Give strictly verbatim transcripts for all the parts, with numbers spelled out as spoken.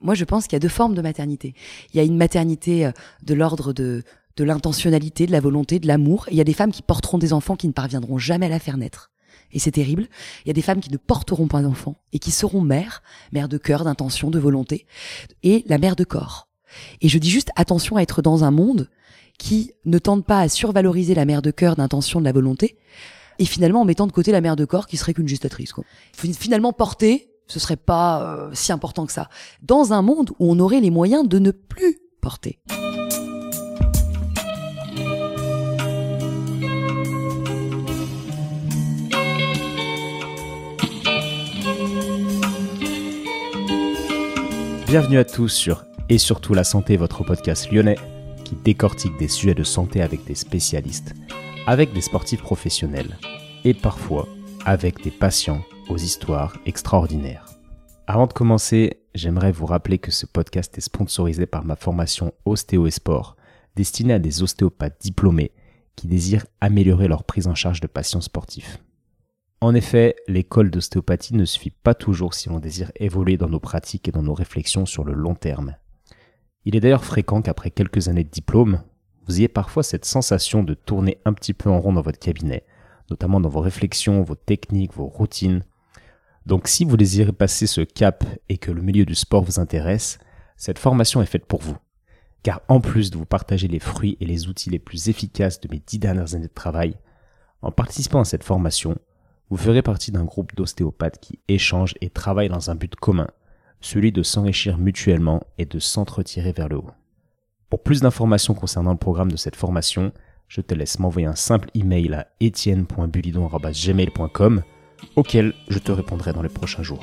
moi je pense qu'il y a deux formes de maternité. Il y a une maternité de l'ordre de, de l'intentionnalité, de la volonté, de l'amour. Et il y a des femmes qui porteront des enfants qui ne parviendront jamais à la faire naître. Et c'est terrible. Il y a des femmes qui ne porteront pas d'enfants et qui seront mères, mères de cœur, d'intention, de volonté, et la mère de corps. Et je dis juste attention à être dans un monde qui ne tente pas à survaloriser la mère de cœur, d'intention, de la volonté, et finalement en mettant de côté la mère de corps qui serait qu'une gestatrice, quoi. Finalement porter, ce serait pas euh, si important que ça. Dans un monde où on aurait les moyens de ne plus porter. Bienvenue à tous sur Et surtout la santé, votre podcast lyonnais qui décortique des sujets de santé avec des spécialistes, avec des sportifs professionnels et parfois avec des patients aux histoires extraordinaires. Avant de commencer, j'aimerais vous rappeler que ce podcast est sponsorisé par ma formation Ostéo et Sport, destinée à des ostéopathes diplômés qui désirent améliorer leur prise en charge de patients sportifs. En effet, l'école d'ostéopathie ne suffit pas toujours si l'on désire évoluer dans nos pratiques et dans nos réflexions sur le long terme. Il est d'ailleurs fréquent qu'après quelques années de diplôme, vous ayez parfois cette sensation de tourner un petit peu en rond dans votre cabinet, notamment dans vos réflexions, vos techniques, vos routines. Donc si vous désirez passer ce cap et que le milieu du sport vous intéresse, cette formation est faite pour vous. Car en plus de vous partager les fruits et les outils les plus efficaces de mes dix dernières années de travail, en participant à cette formation, vous ferez partie d'un groupe d'ostéopathes qui échangent et travaillent dans un but commun, celui de s'enrichir mutuellement et de s'entretirer vers le haut. Pour plus d'informations concernant le programme de cette formation, je te laisse m'envoyer un simple email à etienne point bulidon arobase gmail point com auquel je te répondrai dans les prochains jours.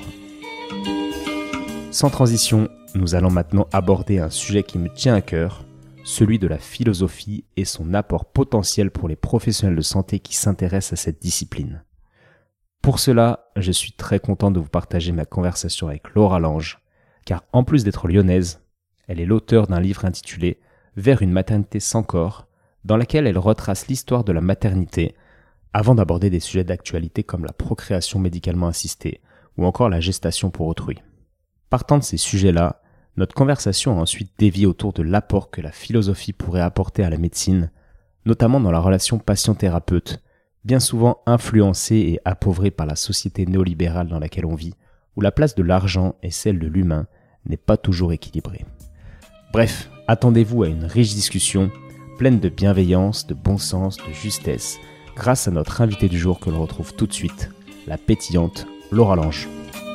Sans transition, nous allons maintenant aborder un sujet qui me tient à cœur, celui de la philosophie et son apport potentiel pour les professionnels de santé qui s'intéressent à cette discipline. Pour cela, je suis très content de vous partager ma conversation avec Laura Lange, car en plus d'être lyonnaise, elle est l'auteure d'un livre intitulé « Vers une maternité sans corps », dans laquelle elle retrace l'histoire de la maternité, avant d'aborder des sujets d'actualité comme la procréation médicalement assistée ou encore la gestation pour autrui. Partant de ces sujets-là, notre conversation a ensuite dévié autour de l'apport que la philosophie pourrait apporter à la médecine, notamment dans la relation patient-thérapeute, bien souvent influencée et appauvrie par la société néolibérale dans laquelle on vit, où la place de l'argent et celle de l'humain n'est pas toujours équilibrée. Bref, attendez-vous à une riche discussion, pleine de bienveillance, de bon sens, de justesse, grâce à notre invitée du jour que l'on retrouve tout de suite, la pétillante Laura Lange.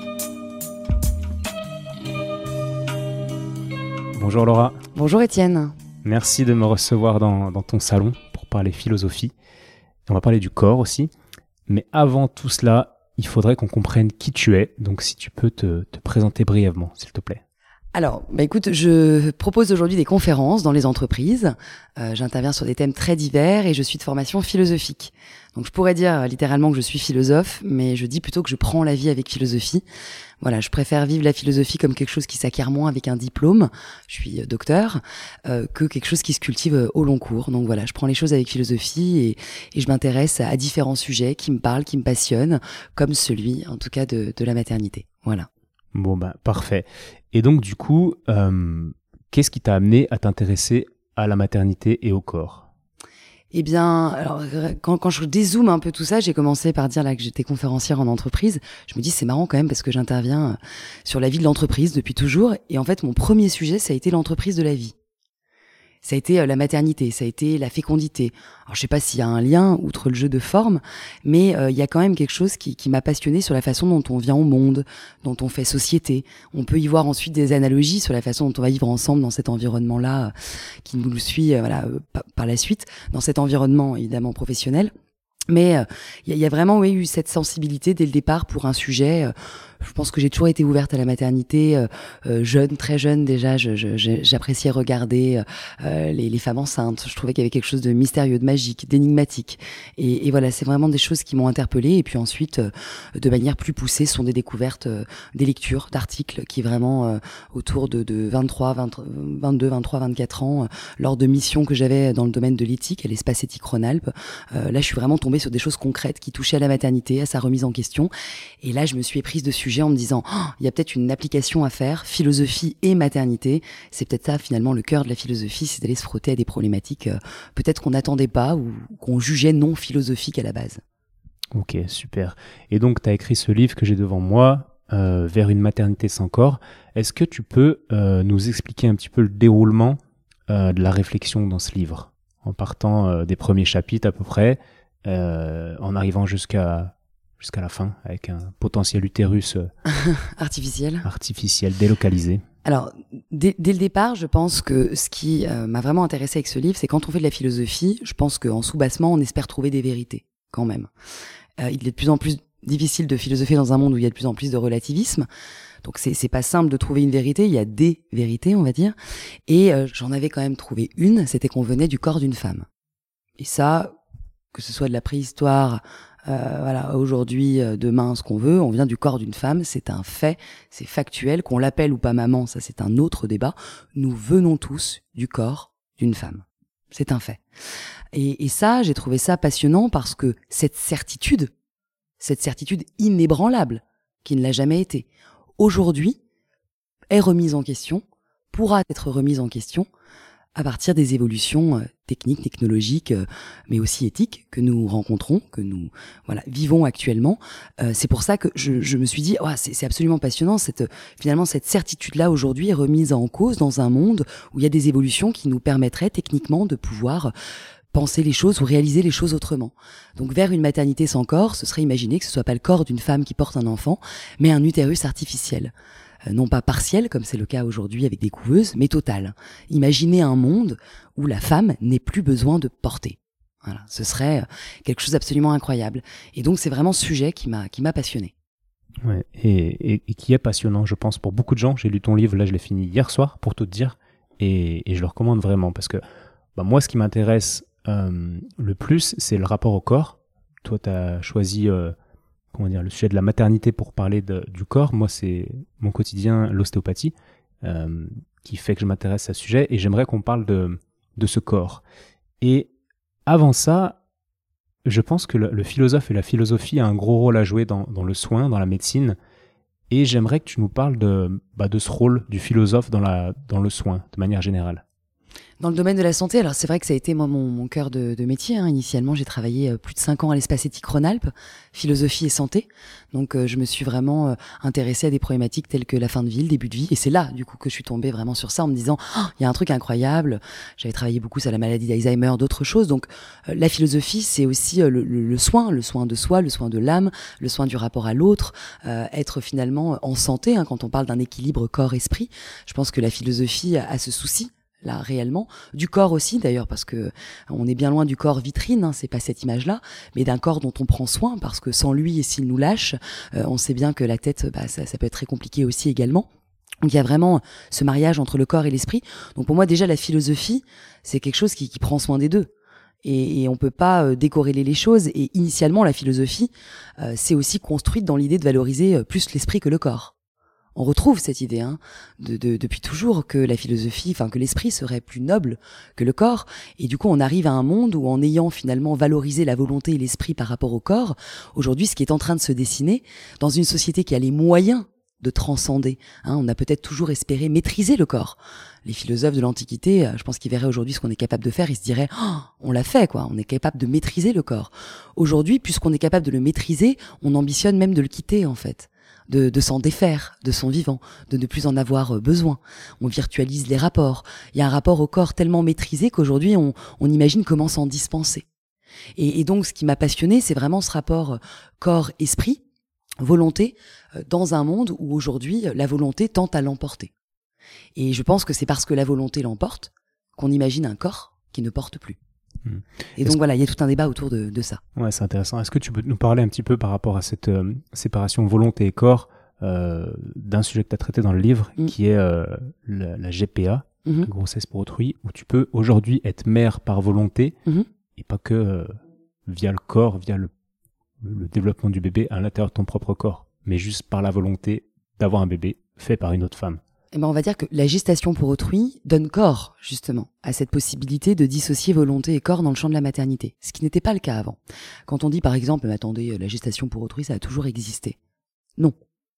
Bonjour Laura. Bonjour Étienne. Merci de me recevoir dans, dans ton salon pour parler philosophie. On va parler du corps aussi, mais avant tout cela, il faudrait qu'on comprenne qui tu es. Donc si tu peux te, te présenter brièvement, s'il te plaît. Alors, bah écoute, je propose aujourd'hui des conférences dans les entreprises. Euh, j'interviens sur des thèmes très divers et je suis de formation philosophique. Donc je pourrais dire littéralement que je suis philosophe, mais je dis plutôt que je prends la vie avec philosophie. Voilà, je préfère vivre la philosophie comme quelque chose qui s'acquiert moins avec un diplôme, je suis docteur, euh, que quelque chose qui se cultive au long cours. Donc voilà, je prends les choses avec philosophie et, et je m'intéresse à différents sujets qui me parlent, qui me passionnent, comme celui, en tout cas, de, de la maternité. Voilà. Bon, bah parfait. Et donc, du coup, euh, qu'est-ce qui t'a amené à t'intéresser à la maternité et au corps ? Eh bien, alors quand, quand je dézoome un peu tout ça, j'ai commencé par dire là que j'étais conférencière en entreprise. Je me dis c'est marrant quand même parce que j'interviens sur la vie de l'entreprise depuis toujours. Et en fait, mon premier sujet, ça a été l'entreprise de la vie. Ça a été la maternité, ça a été la fécondité. Alors je sais pas s'il y a un lien outre le jeu de forme, mais euh, il y a quand même quelque chose qui, qui m'a passionnée sur la façon dont on vient au monde, dont on fait société. On peut y voir ensuite des analogies sur la façon dont on va vivre ensemble dans cet environnement-là euh, qui nous suit euh, voilà, euh, par, par la suite, dans cet environnement évidemment professionnel. Mais il euh, y, y a vraiment oui, eu cette sensibilité dès le départ pour un sujet. Euh, je pense que j'ai toujours été ouverte à la maternité, euh, euh, jeune, très jeune déjà. Je, je, j'appréciais regarder euh, les, les femmes enceintes. Je trouvais qu'il y avait quelque chose de mystérieux, de magique, d'énigmatique. Et, et voilà, c'est vraiment des choses qui m'ont interpellée. Et puis ensuite, euh, de manière plus poussée, ce sont des découvertes, euh, des lectures, d'articles qui vraiment euh, autour de, de vingt-trois, vingt, vingt-deux, vingt-trois, vingt-quatre ans, euh, lors de missions que j'avais dans le domaine de l'éthique, à l'espace éthique Rhône-Alpes. Euh, là, je suis vraiment tombée sur des choses concrètes qui touchaient à la maternité, à sa remise en question. Et là, je me suis éprise dessus. sujet en me disant oh, il y a peut-être une application à faire, philosophie et maternité. C'est peut-être ça finalement le cœur de la philosophie, c'est d'aller se frotter à des problématiques euh, peut-être qu'on n'attendait pas ou qu'on jugeait non philosophiques à la base. Ok, super. Et donc, tu as écrit ce livre que j'ai devant moi, euh, Vers une maternité sans corps. Est-ce que tu peux euh, nous expliquer un petit peu le déroulement euh, de la réflexion dans ce livre, en partant euh, des premiers chapitres à peu près, euh, en arrivant jusqu'à, jusqu'à la fin, avec un potentiel utérus euh, artificiel. artificiel, délocalisé? Alors, dès, dès le départ, je pense que ce qui euh, m'a vraiment intéressé avec ce livre, c'est quand on fait de la philosophie, je pense qu'en sous-bassement, on espère trouver des vérités, quand même. Euh, il est de plus en plus difficile de philosopher dans un monde où il y a de plus en plus de relativisme. Donc c'est, c'est pas simple de trouver une vérité, il y a des vérités, on va dire. Et euh, j'en avais quand même trouvé une, c'était qu'on venait du corps d'une femme. Et ça, que ce soit de la préhistoire, euh, voilà, aujourd'hui, euh, demain, ce qu'on veut, on vient du corps d'une femme, c'est un fait, c'est factuel, qu'on l'appelle ou pas maman, ça c'est un autre débat. Nous venons tous du corps d'une femme. C'est un fait. Et, et ça, j'ai trouvé ça passionnant parce que cette certitude, cette certitude inébranlable, qui ne l'a jamais été, aujourd'hui, est remise en question, pourra être remise en question à partir des évolutions euh, techniques, technologiques, euh, mais aussi éthiques que nous rencontrons, que nous voilà vivons actuellement. Euh, c'est pour ça que je, je me suis dit, oh, c'est, c'est absolument passionnant. Cette, finalement, cette certitude-là aujourd'hui est remise en cause dans un monde où il y a des évolutions qui nous permettraient techniquement de pouvoir penser les choses ou réaliser les choses autrement. Donc vers une maternité sans corps, ce serait imaginer que ce soit pas le corps d'une femme qui porte un enfant, mais un utérus artificiel. Euh, non pas partiel, comme c'est le cas aujourd'hui avec des couveuses, mais total. Imaginez un monde où la femme n'ait plus besoin de porter. Voilà, ce serait quelque chose d'absolument incroyable. Et donc c'est vraiment ce sujet qui m'a, qui m'a passionné. Ouais, et, et, et qui est passionnant, je pense, pour beaucoup de gens. J'ai lu ton livre, là je l'ai fini hier soir, pour tout te dire, et, et je le recommande vraiment, parce que bah, moi ce qui m'intéresse Euh, le plus, c'est le rapport au corps. Toi, tu as choisi euh, comment dire, le sujet de la maternité pour parler de, du corps. Moi, c'est mon quotidien, l'ostéopathie, euh, qui fait que je m'intéresse à ce sujet. Et j'aimerais qu'on parle de, de ce corps. Et avant ça, je pense que le, le philosophe et la philosophie a un gros rôle à jouer dans, dans le soin, dans la médecine. Et j'aimerais que tu nous parles de, bah, de ce rôle du philosophe dans, la, dans le soin, de manière générale. Dans le domaine de la santé, alors c'est vrai que ça a été moi mon, mon cœur de, de métier. Hein. Initialement, j'ai travaillé euh, plus de cinq ans à l'espace éthique Rhône-Alpes, philosophie et santé. Donc, euh, je me suis vraiment euh, intéressée à des problématiques telles que la fin de vie, le début de vie. Et c'est là, du coup, que je suis tombée vraiment sur ça en me disant, il oh, y a un truc incroyable. J'avais travaillé beaucoup sur la maladie d'Alzheimer, d'autres choses. Donc, euh, la philosophie, c'est aussi euh, le, le, le soin, le soin de soi, le soin de l'âme, le soin du rapport à l'autre, euh, être finalement en santé. Hein, quand on parle d'un équilibre corps-esprit, je pense que la philosophie a, a ce souci. Là réellement, du corps aussi d'ailleurs, parce que on est bien loin du corps vitrine, hein, c'est pas cette image-là, mais d'un corps dont on prend soin, parce que sans lui et s'il nous lâche, euh, on sait bien que la tête, bah, ça, ça peut être très compliqué aussi également. Donc il y a vraiment ce mariage entre le corps et l'esprit. Donc pour moi déjà la philosophie, c'est quelque chose qui, qui prend soin des deux. Et, et on peut pas euh, décorréler les choses. Et initialement la philosophie, euh, c'est aussi construite dans l'idée de valoriser euh, plus l'esprit que le corps. On retrouve cette idée, hein, de, de, depuis toujours, que la philosophie, enfin que l'esprit serait plus noble que le corps. Et du coup, on arrive à un monde où, en ayant finalement valorisé la volonté et l'esprit par rapport au corps, aujourd'hui, ce qui est en train de se dessiner, dans une société qui a les moyens de transcender, hein, on a peut-être toujours espéré maîtriser le corps. Les philosophes de l'Antiquité, je pense qu'ils verraient aujourd'hui ce qu'on est capable de faire, ils se diraient oh, on l'a fait, quoi. On est capable de maîtriser le corps. Aujourd'hui, puisqu'on est capable de le maîtriser, on ambitionne même de le quitter, en fait. De, de s'en défaire de son vivant, de ne plus en avoir besoin. On virtualise les rapports. Il y a un rapport au corps tellement maîtrisé qu'aujourd'hui, on, on imagine comment s'en dispenser. Et, et donc, ce qui m'a passionné, c'est vraiment ce rapport corps-esprit, volonté, dans un monde où aujourd'hui, la volonté tente à l'emporter. Et je pense que c'est parce que la volonté l'emporte qu'on imagine un corps qui ne porte plus. Mmh. Et donc Est-ce voilà, il y a tout un débat autour de, de ça. Ouais, c'est intéressant. Est-ce que tu peux nous parler un petit peu par rapport à cette euh, séparation volonté et corps euh, d'un sujet que tu as traité dans le livre, mmh. qui est euh, la, la G P A, mmh. grossesse pour autrui, où tu peux aujourd'hui être mère par volonté, mmh. et pas que euh, via le corps, via le, le développement du bébé à l'intérieur de ton propre corps, mais juste par la volonté d'avoir un bébé fait par une autre femme. Eh ben on va dire que la gestation pour autrui donne corps, justement, à cette possibilité de dissocier volonté et corps dans le champ de la maternité, ce qui n'était pas le cas avant. Quand on dit, par exemple, mais attendez, la gestation pour autrui, ça a toujours existé. Non.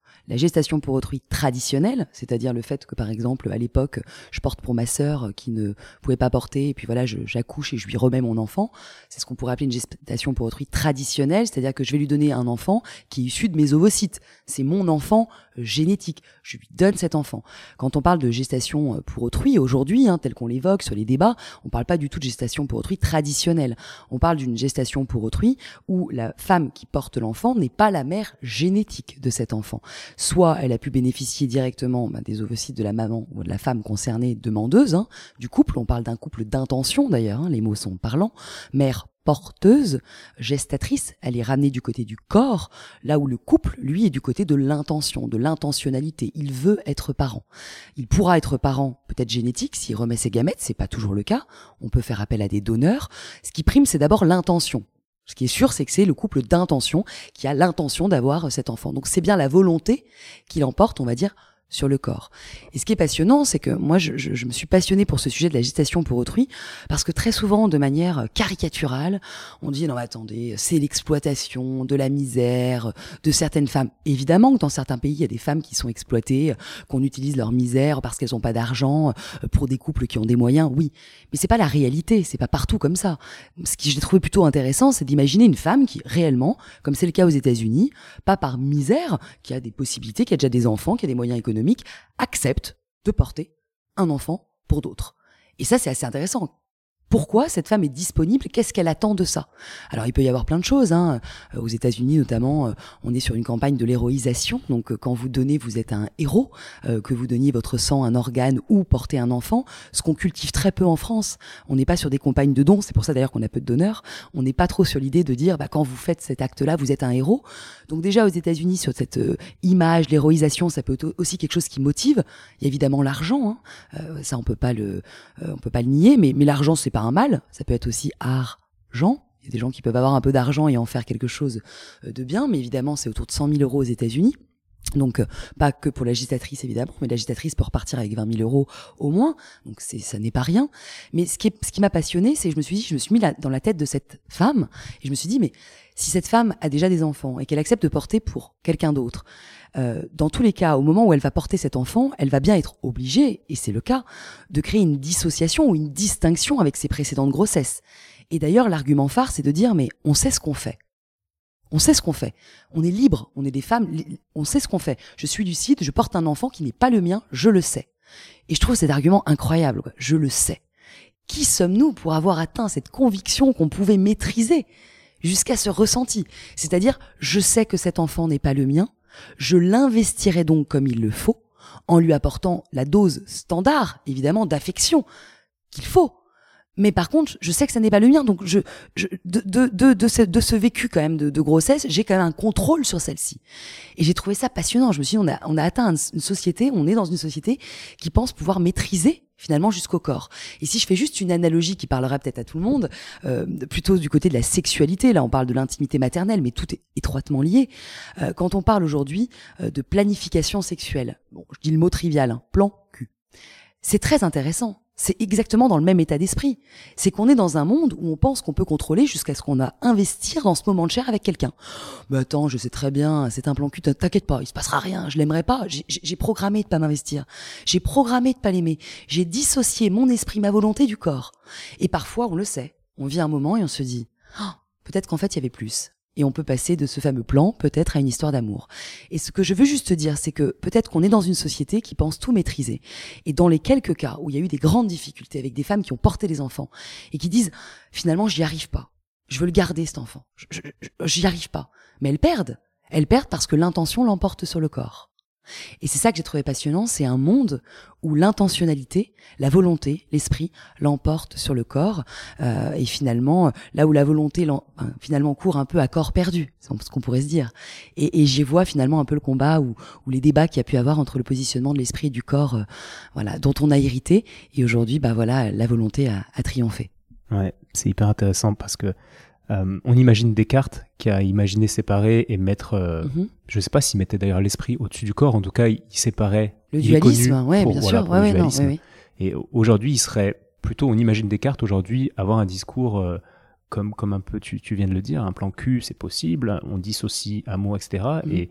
La gestation pour autrui traditionnelle, c'est-à-dire le fait que, par exemple, à l'époque, je porte pour ma sœur qui ne pouvait pas porter, et puis voilà, je, j'accouche et je lui remets mon enfant. C'est ce qu'on pourrait appeler une gestation pour autrui traditionnelle, c'est-à-dire que je vais lui donner un enfant qui est issu de mes ovocytes. C'est mon enfant euh, génétique. Je lui donne cet enfant. Quand on parle de gestation pour autrui, aujourd'hui, hein, tel qu'on l'évoque sur les débats, on parle pas du tout de gestation pour autrui traditionnelle. On parle d'une gestation pour autrui où la femme qui porte l'enfant n'est pas la mère génétique de cet enfant. Soit elle a pu bénéficier directement bah, des ovocytes de la maman ou de la femme concernée demandeuse, hein, du couple. On parle d'un couple d'intention d'ailleurs, hein, les mots sont parlants. Mère porteuse, gestatrice, elle est ramenée du côté du corps, là où le couple, lui, est du côté de l'intention, de l'intentionnalité. Il veut être parent. Il pourra être parent, peut-être génétique, s'il remet ses gamètes, c'est pas toujours le cas. On peut faire appel à des donneurs. Ce qui prime, c'est d'abord l'intention. Ce qui est sûr, c'est que c'est le couple d'intention qui a l'intention d'avoir cet enfant. Donc c'est bien la volonté qui l'emporte, on va dire, sur le corps. Et ce qui est passionnant, c'est que moi, je, je, je me suis passionnée pour ce sujet de la gestation pour autrui, parce que très souvent, de manière caricaturale, on dit, non, attendez, c'est l'exploitation, de la misère, de certaines femmes. Évidemment que dans certains pays, il y a des femmes qui sont exploitées, qu'on utilise leur misère parce qu'elles n'ont pas d'argent, pour des couples qui ont des moyens, oui. Mais c'est pas la réalité, c'est pas partout comme ça. Ce que j'ai trouvé plutôt intéressant, c'est d'imaginer une femme qui, réellement, comme c'est le cas aux États-Unis, pas par misère, qui a des possibilités, qui a déjà des enfants, qui a des moyens économiques, accepte de porter un enfant pour d'autres. Et ça, c'est assez intéressant. Pourquoi cette femme est disponible? Qu'est-ce qu'elle attend de ça? Alors, il peut y avoir plein de choses, hein. Aux États-Unis, notamment, on est sur une campagne de l'héroïsation. Donc, quand vous donnez, vous êtes un héros. Euh, que vous donniez votre sang, un organe ou portez un enfant, ce qu'on cultive très peu en France. On n'est pas sur des campagnes de dons. C'est pour ça, d'ailleurs, qu'on a peu de donneurs. On n'est pas trop sur l'idée de dire, bah, quand vous faites cet acte-là, vous êtes un héros. Donc, déjà, aux États-Unis, sur cette euh, image, l'héroïsation, ça peut être aussi quelque chose qui motive. Il y a évidemment l'argent, hein. Euh, ça, on peut pas le, euh, on peut pas le nier. Mais, mais l'argent, c'est pas un mal, ça peut être aussi argent. Il y a des gens qui peuvent avoir un peu d'argent et en faire quelque chose de bien, mais évidemment, c'est autour de cent mille euros aux États-Unis. Donc, euh, pas que pour la gestatrice, évidemment, mais la gestatrice peut repartir avec vingt mille euros au moins. Donc, c'est, ça n'est pas rien. Mais ce qui, est, ce qui m'a passionné, c'est que je me suis dit, je me suis mis là, dans la tête de cette femme, et je me suis dit, mais si cette femme a déjà des enfants et qu'elle accepte de porter pour quelqu'un d'autre, euh, dans tous les cas, au moment où elle va porter cet enfant, elle va bien être obligée, et c'est le cas, de créer une dissociation ou une distinction avec ses précédentes grossesses. Et d'ailleurs, l'argument phare, c'est de dire, mais on sait ce qu'on fait. On sait ce qu'on fait. On est libre, on est des femmes, on sait ce qu'on fait. Je suis lucide, je porte un enfant qui n'est pas le mien, je le sais. Et je trouve cet argument incroyable, quoi. Je le sais. Qui sommes-nous pour avoir atteint cette conviction qu'on pouvait maîtriser jusqu'à ce ressenti? C'est-à-dire, je sais que cet enfant n'est pas le mien, je l'investirai donc comme il le faut, en lui apportant la dose standard, évidemment, d'affection qu'il faut. Mais par contre, je sais que ça n'est pas le mien, donc je, je de, de, de, de, ce, de ce vécu quand même de, de grossesse, j'ai quand même un contrôle sur celle-ci. Et j'ai trouvé ça passionnant. Je me suis dit, on a, on a atteint une société, on est dans une société qui pense pouvoir maîtriser finalement jusqu'au corps. Et si je fais juste une analogie qui parlera peut-être à tout le monde, euh, plutôt du côté de la sexualité, là on parle de l'intimité maternelle, mais tout est étroitement lié. Euh, quand on parle aujourd'hui euh, de planification sexuelle, bon, je dis le mot trivial, hein, plan cul, c'est très intéressant. C'est exactement dans le même état d'esprit. C'est qu'on est dans un monde où on pense qu'on peut contrôler jusqu'à ce qu'on a investir dans ce moment de chair avec quelqu'un. Mais attends, je sais très bien, c'est un plan cul, t'inquiète pas, il se passera rien, je l'aimerais pas, j'ai, j'ai programmé de pas m'investir. J'ai programmé de pas l'aimer. J'ai dissocié mon esprit, ma volonté du corps. Et parfois, on le sait, on vit un moment et on se dit, oh, peut-être qu'en fait, il y avait plus. Et on peut passer de ce fameux plan, peut-être, à une histoire d'amour. Et ce que je veux juste dire, c'est que peut-être qu'on est dans une société qui pense tout maîtriser. Et dans les quelques cas où il y a eu des grandes difficultés avec des femmes qui ont porté des enfants et qui disent, finalement, j'y arrive pas. Je veux le garder, cet enfant. Je, je, je, j'y arrive pas. Mais elles perdent. Elles perdent parce que l'intention l'emporte sur le corps. Et c'est ça que j'ai trouvé passionnant, c'est un monde où l'intentionnalité, la volonté, l'esprit l'emporte sur le corps, euh, et finalement, là où la volonté enfin, finalement court un peu à corps perdu, c'est ce qu'on pourrait se dire. Et, et j'y vois finalement un peu le combat ou, ou les débats qu'il y a pu avoir entre le positionnement de l'esprit et du corps, euh, voilà, dont on a hérité, et aujourd'hui, bah voilà, la volonté a, a triomphé. Ouais, c'est hyper intéressant parce que Euh, on imagine Descartes qui a imaginé séparer et mettre, euh, mm-hmm. je ne sais pas s'il mettait d'ailleurs l'esprit au-dessus du corps, en tout cas il, il séparait. Le dualisme, oui, bien voilà, sûr. Ouais, ouais, non, ouais, ouais. Et aujourd'hui il serait plutôt, on imagine Descartes aujourd'hui avoir un discours euh, comme, comme un peu, tu, tu viens de le dire, un plan cul c'est possible, on dissocie amour, et cetera. Mm-hmm. Et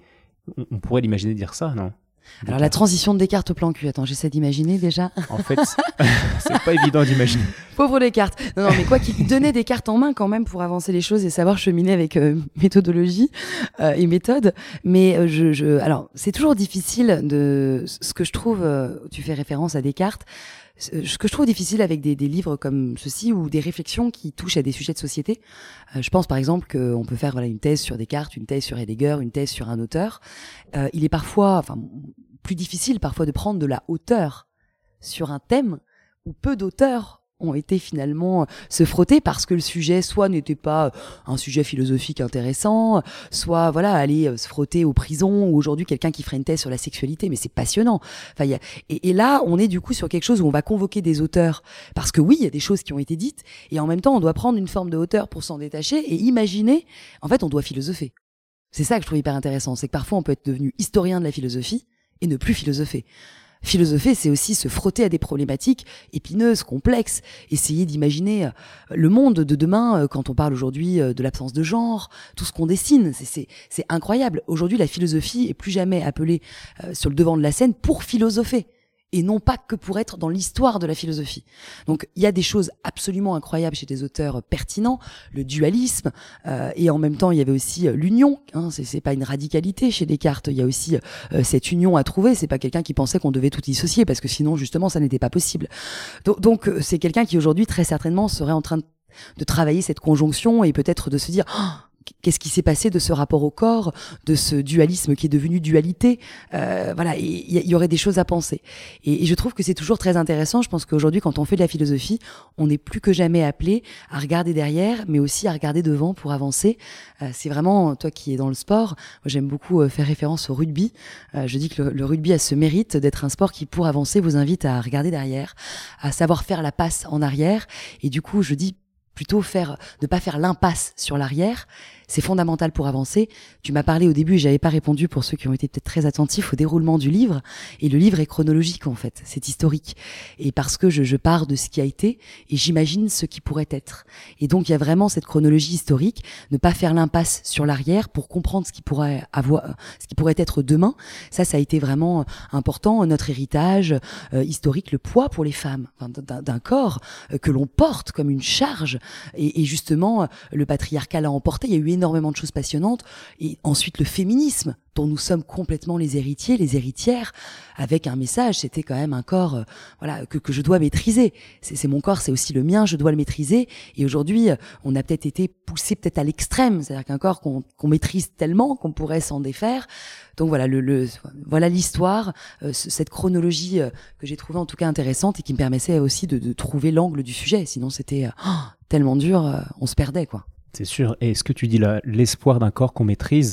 On, on pourrait l'imaginer dire ça, non ? Alors Descartes. La transition de Descartes au plan cul, attends, j'essaie d'imaginer déjà. En fait, c'est pas évident d'imaginer. Pauvre Descartes. Non, non, mais quoi qu'il donnait des cartes en main quand même pour avancer les choses et savoir cheminer avec euh, méthodologie euh, et méthode. Mais euh, je, je, alors c'est toujours difficile de ce que je trouve. Euh, tu fais référence à Descartes. Ce que je trouve difficile avec des, des livres comme ceux-ci ou des réflexions qui touchent à des sujets de société, euh, je pense par exemple qu'on peut faire voilà une thèse sur Descartes, une thèse sur Heidegger, une thèse sur un auteur. Euh, il est parfois, enfin plus difficile parfois de prendre de la hauteur sur un thème où peu d'auteurs ont été finalement se frotter parce que le sujet soit n'était pas un sujet philosophique intéressant, soit voilà aller se frotter aux prisons ou aujourd'hui quelqu'un qui ferait une thèse sur la sexualité, mais c'est passionnant. Enfin, y a, et, et là, on est du coup sur quelque chose où on va convoquer des auteurs parce que oui, il y a des choses qui ont été dites et en même temps, on doit prendre une forme de hauteur pour s'en détacher et imaginer. En fait, on doit philosopher. C'est ça que je trouve hyper intéressant, c'est que parfois on peut être devenu historien de la philosophie et ne plus philosopher. Philosopher, c'est aussi se frotter à des problématiques épineuses, complexes, essayer d'imaginer le monde de demain quand on parle aujourd'hui de l'absence de genre, tout ce qu'on dessine, c'est, c'est, c'est incroyable. Aujourd'hui, la philosophie est plus jamais appelée euh, sur le devant de la scène pour philosopher. Et non pas que pour être dans l'histoire de la philosophie. Donc il y a des choses absolument incroyables chez des auteurs pertinents, le dualisme, euh, et en même temps il y avait aussi l'union. Hein, c'est, c'est pas une radicalité chez Descartes. Il y a aussi euh, cette union à trouver. C'est pas quelqu'un qui pensait qu'on devait tout dissocier parce que sinon justement ça n'était pas possible. Donc, donc c'est quelqu'un qui aujourd'hui très certainement serait en train de, de travailler cette conjonction et peut-être de se dire. Oh, qu'est-ce qui s'est passé de ce rapport au corps, de ce dualisme qui est devenu dualité, euh, voilà, il y, y aurait des choses à penser. Et, et je trouve que c'est toujours très intéressant. Je pense qu'aujourd'hui, quand on fait de la philosophie, on n'est plus que jamais appelé à regarder derrière, mais aussi à regarder devant pour avancer. Euh, c'est vraiment, toi qui es dans le sport, moi j'aime beaucoup euh, faire référence au rugby. Euh, je dis que le, le rugby a ce mérite d'être un sport qui, pour avancer, vous invite à regarder derrière, à savoir faire la passe en arrière. Et du coup, je dis plutôt faire, ne pas faire l'impasse sur l'arrière. C'est fondamental pour avancer. Tu m'as parlé au début et j'avais pas répondu pour ceux qui ont été peut-être très attentifs au déroulement du livre. Et le livre est chronologique en fait, c'est historique. Et parce que je, je pars de ce qui a été et j'imagine ce qui pourrait être. Et donc il y a vraiment cette chronologie historique, ne pas faire l'impasse sur l'arrière pour comprendre ce qui pourrait avoir, ce qui pourrait être demain. Ça, ça a été vraiment important. Notre héritage euh, historique, le poids pour les femmes enfin, d'un, d'un corps euh, que l'on porte comme une charge. Et, et justement, le patriarcat l'a emporté. Il y a eu énormément de choses passionnantes. Et ensuite, le féminisme, dont nous sommes complètement les héritiers, les héritières, avec un message, c'était quand même un corps euh, voilà, que, que je dois maîtriser. C'est, c'est mon corps, c'est aussi le mien, je dois le maîtriser. Et aujourd'hui, on a peut-être été poussé peut-être à l'extrême, c'est-à-dire qu'un corps qu'on, qu'on maîtrise tellement qu'on pourrait s'en défaire. Donc voilà, le, le, voilà l'histoire, euh, cette chronologie euh, que j'ai trouvée en tout cas intéressante et qui me permettait aussi de, de trouver l'angle du sujet. Sinon, c'était euh, oh, tellement dur, euh, on se perdait, quoi. C'est sûr. Et ce que tu dis là, l'espoir d'un corps qu'on maîtrise,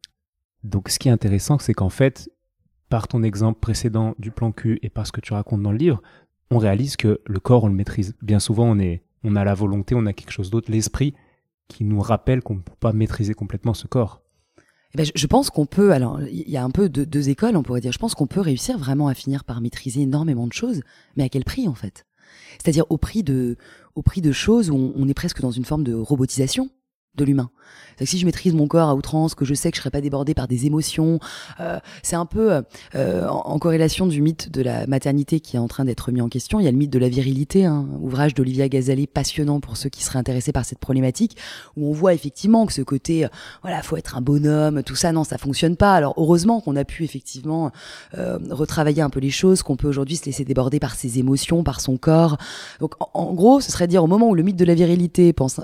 donc ce qui est intéressant, c'est qu'en fait, par ton exemple précédent du plan cul et par ce que tu racontes dans le livre, on réalise que le corps, on le maîtrise. Bien souvent, on, est, on a la volonté, on a quelque chose d'autre, l'esprit, qui nous rappelle qu'on ne peut pas maîtriser complètement ce corps. Eh ben, je, je pense qu'on peut, alors il y a un peu de, deux écoles, on pourrait dire, je pense qu'on peut réussir vraiment à finir par maîtriser énormément de choses, mais à quel prix en fait ? C'est-à-dire au prix de, au prix de choses où on, on est presque dans une forme de robotisation de l'humain. C'est que si je maîtrise mon corps à outrance, que je sais que je serai pas débordée par des émotions, euh, c'est un peu euh, en, en corrélation du mythe de la maternité qui est en train d'être mis en question. Il y a le mythe de la virilité, hein, ouvrage d'Olivia Gazalet, passionnant pour ceux qui seraient intéressés par cette problématique, où on voit effectivement que ce côté, euh, voilà, faut être un bonhomme, tout ça, non, ça fonctionne pas. Alors heureusement qu'on a pu effectivement euh, retravailler un peu les choses, qu'on peut aujourd'hui se laisser déborder par ses émotions, par son corps. Donc en, en gros, ce serait dire au moment où le mythe de la virilité pense, euh,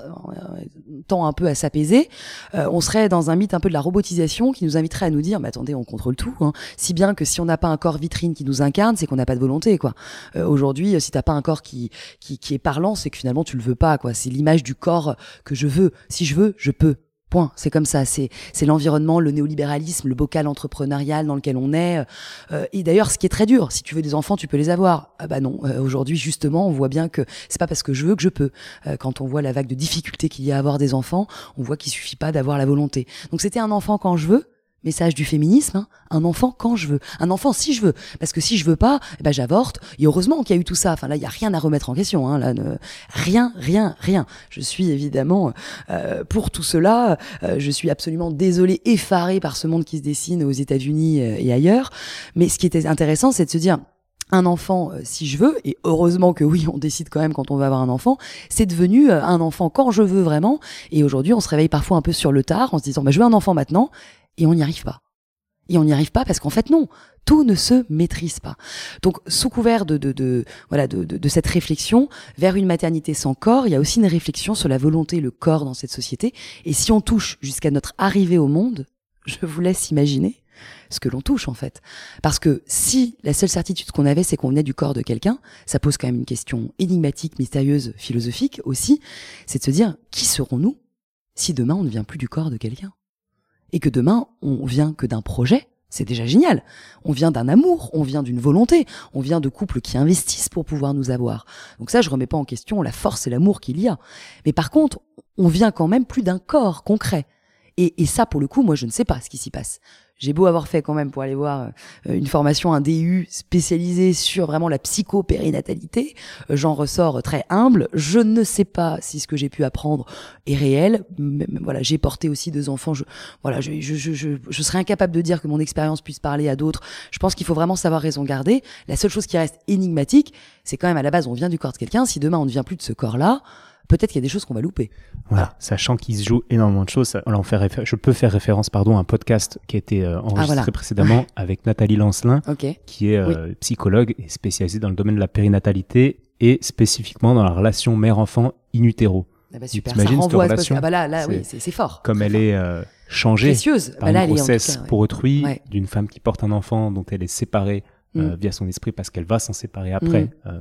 tend un peu à s'apaiser, euh, on serait dans un mythe un peu de la robotisation qui nous inviterait à nous dire mais attendez, on contrôle tout, hein. Si bien que si on n'a pas un corps vitrine qui nous incarne, c'est qu'on n'a pas de volonté, quoi. Euh, aujourd'hui, si t'as pas un corps qui, qui qui est parlant, c'est que finalement tu le veux pas, quoi. C'est l'image du corps que je veux. Si je veux, je peux. Point. C'est comme ça. C'est, c'est l'environnement, le néolibéralisme, le bocal entrepreneurial dans lequel on est. Euh, et d'ailleurs, ce qui est très dur, si tu veux des enfants, tu peux les avoir. Ah bah non. Euh, aujourd'hui, justement, on voit bien que c'est pas parce que je veux que je peux. Euh, quand on voit la vague de difficultés qu'il y a à avoir des enfants, on voit qu'il suffit pas d'avoir la volonté. Donc c'était un enfant quand je veux, message du féminisme, hein, un enfant quand je veux, un enfant si je veux, parce que si je veux pas, eh ben j'avorte. Et heureusement qu'il y a eu tout ça. Enfin là, il y a rien à remettre en question. Hein, là, ne... rien, rien, rien. Je suis évidemment euh, pour tout cela. Euh, je suis absolument désolée, effarée par ce monde qui se dessine aux États-Unis euh, et ailleurs. Mais ce qui était intéressant, c'est de se dire. Un enfant, euh, si je veux, et heureusement que oui, on décide quand même quand on veut avoir un enfant, c'est devenu euh, un enfant quand je veux vraiment. Et aujourd'hui, on se réveille parfois un peu sur le tard en se disant bah, je veux un enfant maintenant, et on n'y arrive pas. Et on n'y arrive pas parce qu'en fait non, tout ne se maîtrise pas. Donc sous couvert de, de, de voilà de, de, de cette réflexion vers une maternité sans corps, il y a aussi une réflexion sur la volonté et le corps dans cette société. Et si on touche jusqu'à notre arrivée au monde, je vous laisse imaginer ce que l'on touche en fait. Parce que si la seule certitude qu'on avait c'est qu'on venait du corps de quelqu'un, ça pose quand même une question énigmatique, mystérieuse, philosophique aussi, c'est de se dire qui serons-nous si demain on ne vient plus du corps de quelqu'un ? Et que demain on vient que d'un projet, c'est déjà génial. On vient d'un amour, on vient d'une volonté, on vient de couples qui investissent pour pouvoir nous avoir. Donc ça je remets pas en question la force et l'amour qu'il y a. Mais par contre, on vient quand même plus d'un corps concret. Et, et ça, pour le coup, moi, je ne sais pas ce qui s'y passe. J'ai beau avoir fait quand même pour aller voir euh, une formation, un D U spécialisé sur vraiment la psycho-périnatalité, euh, j'en ressors très humble. Je ne sais pas si ce que j'ai pu apprendre est réel. Mais, mais, voilà, j'ai porté aussi deux enfants. Je, voilà, je, je, je, je, je serais incapable de dire que mon expérience puisse parler à d'autres. Je pense qu'il faut vraiment savoir raison garder. La seule chose qui reste énigmatique, c'est quand même à la base, on vient du corps de quelqu'un. Si demain on ne vient plus de ce corps-là, peut-être qu'il y a des choses qu'on va louper. Voilà, sachant qu'il se joue énormément de choses. Alors on fait réfé- je peux faire référence pardon, à un podcast qui a été euh, enregistré ah, voilà. précédemment avec Nathalie Lancelin, okay. qui est euh, oui. psychologue et spécialisée dans le domaine de la périnatalité et spécifiquement dans la relation mère-enfant in utero. Ah bah super, ça renvoie à ce ah bah là, là c'est, oui, c'est, c'est fort. Comme c'est elle fort. est euh, changée Précieuse. par bah une là, grossesse elle est en tout cas, pour ouais. autrui, ouais. d'une femme qui porte un enfant dont elle est séparée mm. euh, via son esprit parce qu'elle va s'en séparer après. Mm. Euh,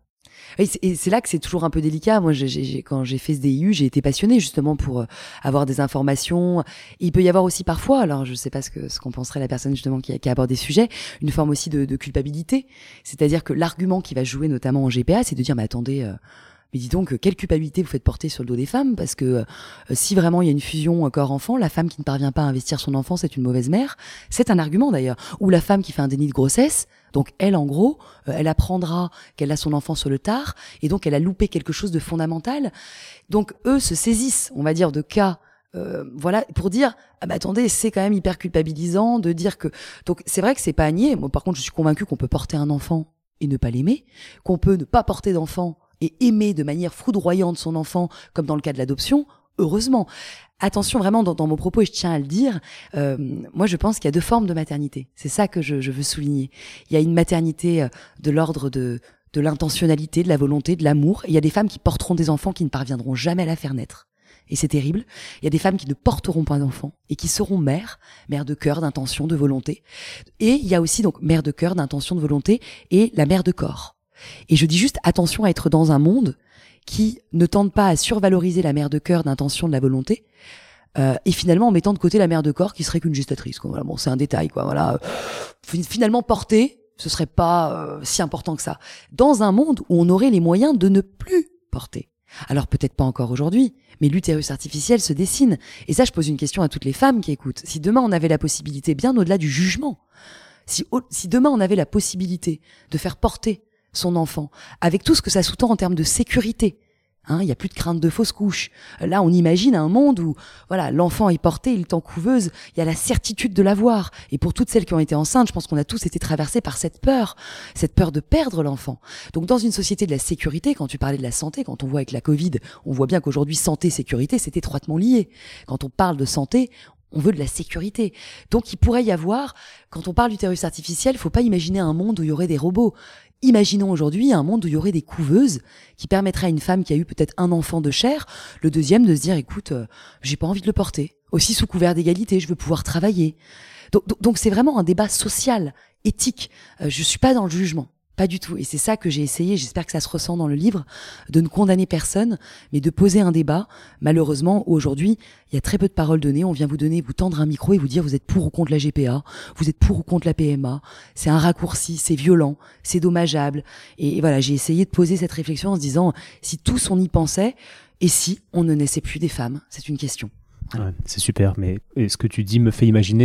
Et c'est, et c'est là que c'est toujours un peu délicat. Moi, j'ai, j'ai, quand j'ai fait ce D I U, j'ai été passionnée justement pour euh, avoir des informations. Et il peut y avoir aussi parfois, alors je sais pas ce que ce qu'en penserait la personne justement qui a, qui a abordé ce sujet, une forme aussi de, de culpabilité. C'est-à-dire que l'argument qui va jouer notamment en G P A, c'est de dire mais attendez. Euh, Mais dis donc, quelle culpabilité vous faites porter sur le dos des femmes ? Parce que euh, si vraiment il y a une fusion corps-enfant, la femme qui ne parvient pas à investir son enfant, c'est une mauvaise mère. C'est un argument d'ailleurs. Ou la femme qui fait un déni de grossesse, donc elle, en gros, euh, elle apprendra qu'elle a son enfant sur le tard, et donc elle a loupé quelque chose de fondamental. Donc eux se saisissent, on va dire, de cas... Euh, voilà, pour dire ah bah attendez, c'est quand même hyper culpabilisant de dire que... Donc c'est vrai que c'est pas à nier. Moi par contre, je suis convaincue qu'on peut porter un enfant et ne pas l'aimer, qu'on peut ne pas porter d'enfant et aimer de manière foudroyante son enfant, comme dans le cas de l'adoption, heureusement. Attention vraiment dans, dans mon propos, et je tiens à le dire, euh, moi je pense qu'il y a deux formes de maternité. C'est ça que je, je veux souligner. Il y a une maternité euh, de l'ordre de, de l'intentionnalité, de la volonté, de l'amour. Et il y a des femmes qui porteront des enfants qui ne parviendront jamais à la faire naître. Et c'est terrible. Il y a des femmes qui ne porteront pas d'enfants et qui seront mères, mères de cœur, d'intention, de volonté. Et il y a aussi donc mère de cœur, d'intention, de volonté et la mère de corps. Et je dis juste attention à être dans un monde qui ne tente pas à survaloriser la mère de cœur, d'intention, de la volonté, euh, et finalement en mettant de côté la mère de corps qui serait qu'une gestatrice. Quoi. Voilà, bon, c'est un détail, quoi. Voilà, finalement porter, ce serait pas euh, si important que ça. Dans un monde où on aurait les moyens de ne plus porter. Alors peut-être pas encore aujourd'hui, mais l'utérus artificiel se dessine. Et ça, je pose une question à toutes les femmes qui écoutent. Si demain on avait la possibilité, bien au-delà du jugement, si, si demain on avait la possibilité de faire porter son enfant, avec tout ce que ça sous-tend en termes de sécurité. Hein, il n'y a plus de crainte de fausse couche. Là, on imagine un monde où voilà, l'enfant est porté, il est en couveuse, il y a la certitude de l'avoir. Et pour toutes celles qui ont été enceintes, je pense qu'on a tous été traversés par cette peur, cette peur de perdre l'enfant. Donc dans une société de la sécurité, quand tu parlais de la santé, quand on voit avec la Covid, on voit bien qu'aujourd'hui, santé, sécurité, c'est étroitement lié. Quand on parle de santé, on veut de la sécurité. Donc il pourrait y avoir, quand on parle d'utérus artificiel, il faut pas imaginer un monde où il y aurait des robots. Imaginons aujourd'hui un monde où il y aurait des couveuses qui permettraient à une femme qui a eu peut-être un enfant de chair, le deuxième de se dire écoute, euh, j'ai pas envie de le porter. Aussi sous couvert d'égalité, je veux pouvoir travailler. Donc, donc c'est vraiment un débat social, éthique. Euh, je suis pas dans le jugement. Pas du tout. Et c'est ça que j'ai essayé, j'espère que ça se ressent dans le livre, de ne condamner personne, mais de poser un débat. Malheureusement, aujourd'hui, il y a très peu de paroles données. On vient vous donner, vous tendre un micro et vous dire vous êtes pour ou contre la G P A, vous êtes pour ou contre la P M A. C'est un raccourci, c'est violent, c'est dommageable. Et voilà, j'ai essayé de poser cette réflexion en se disant, si tous on y pensait, et si on ne naissait plus des femmes? C'est une question. Voilà. Ouais, c'est super, mais ce que tu dis me fait imaginer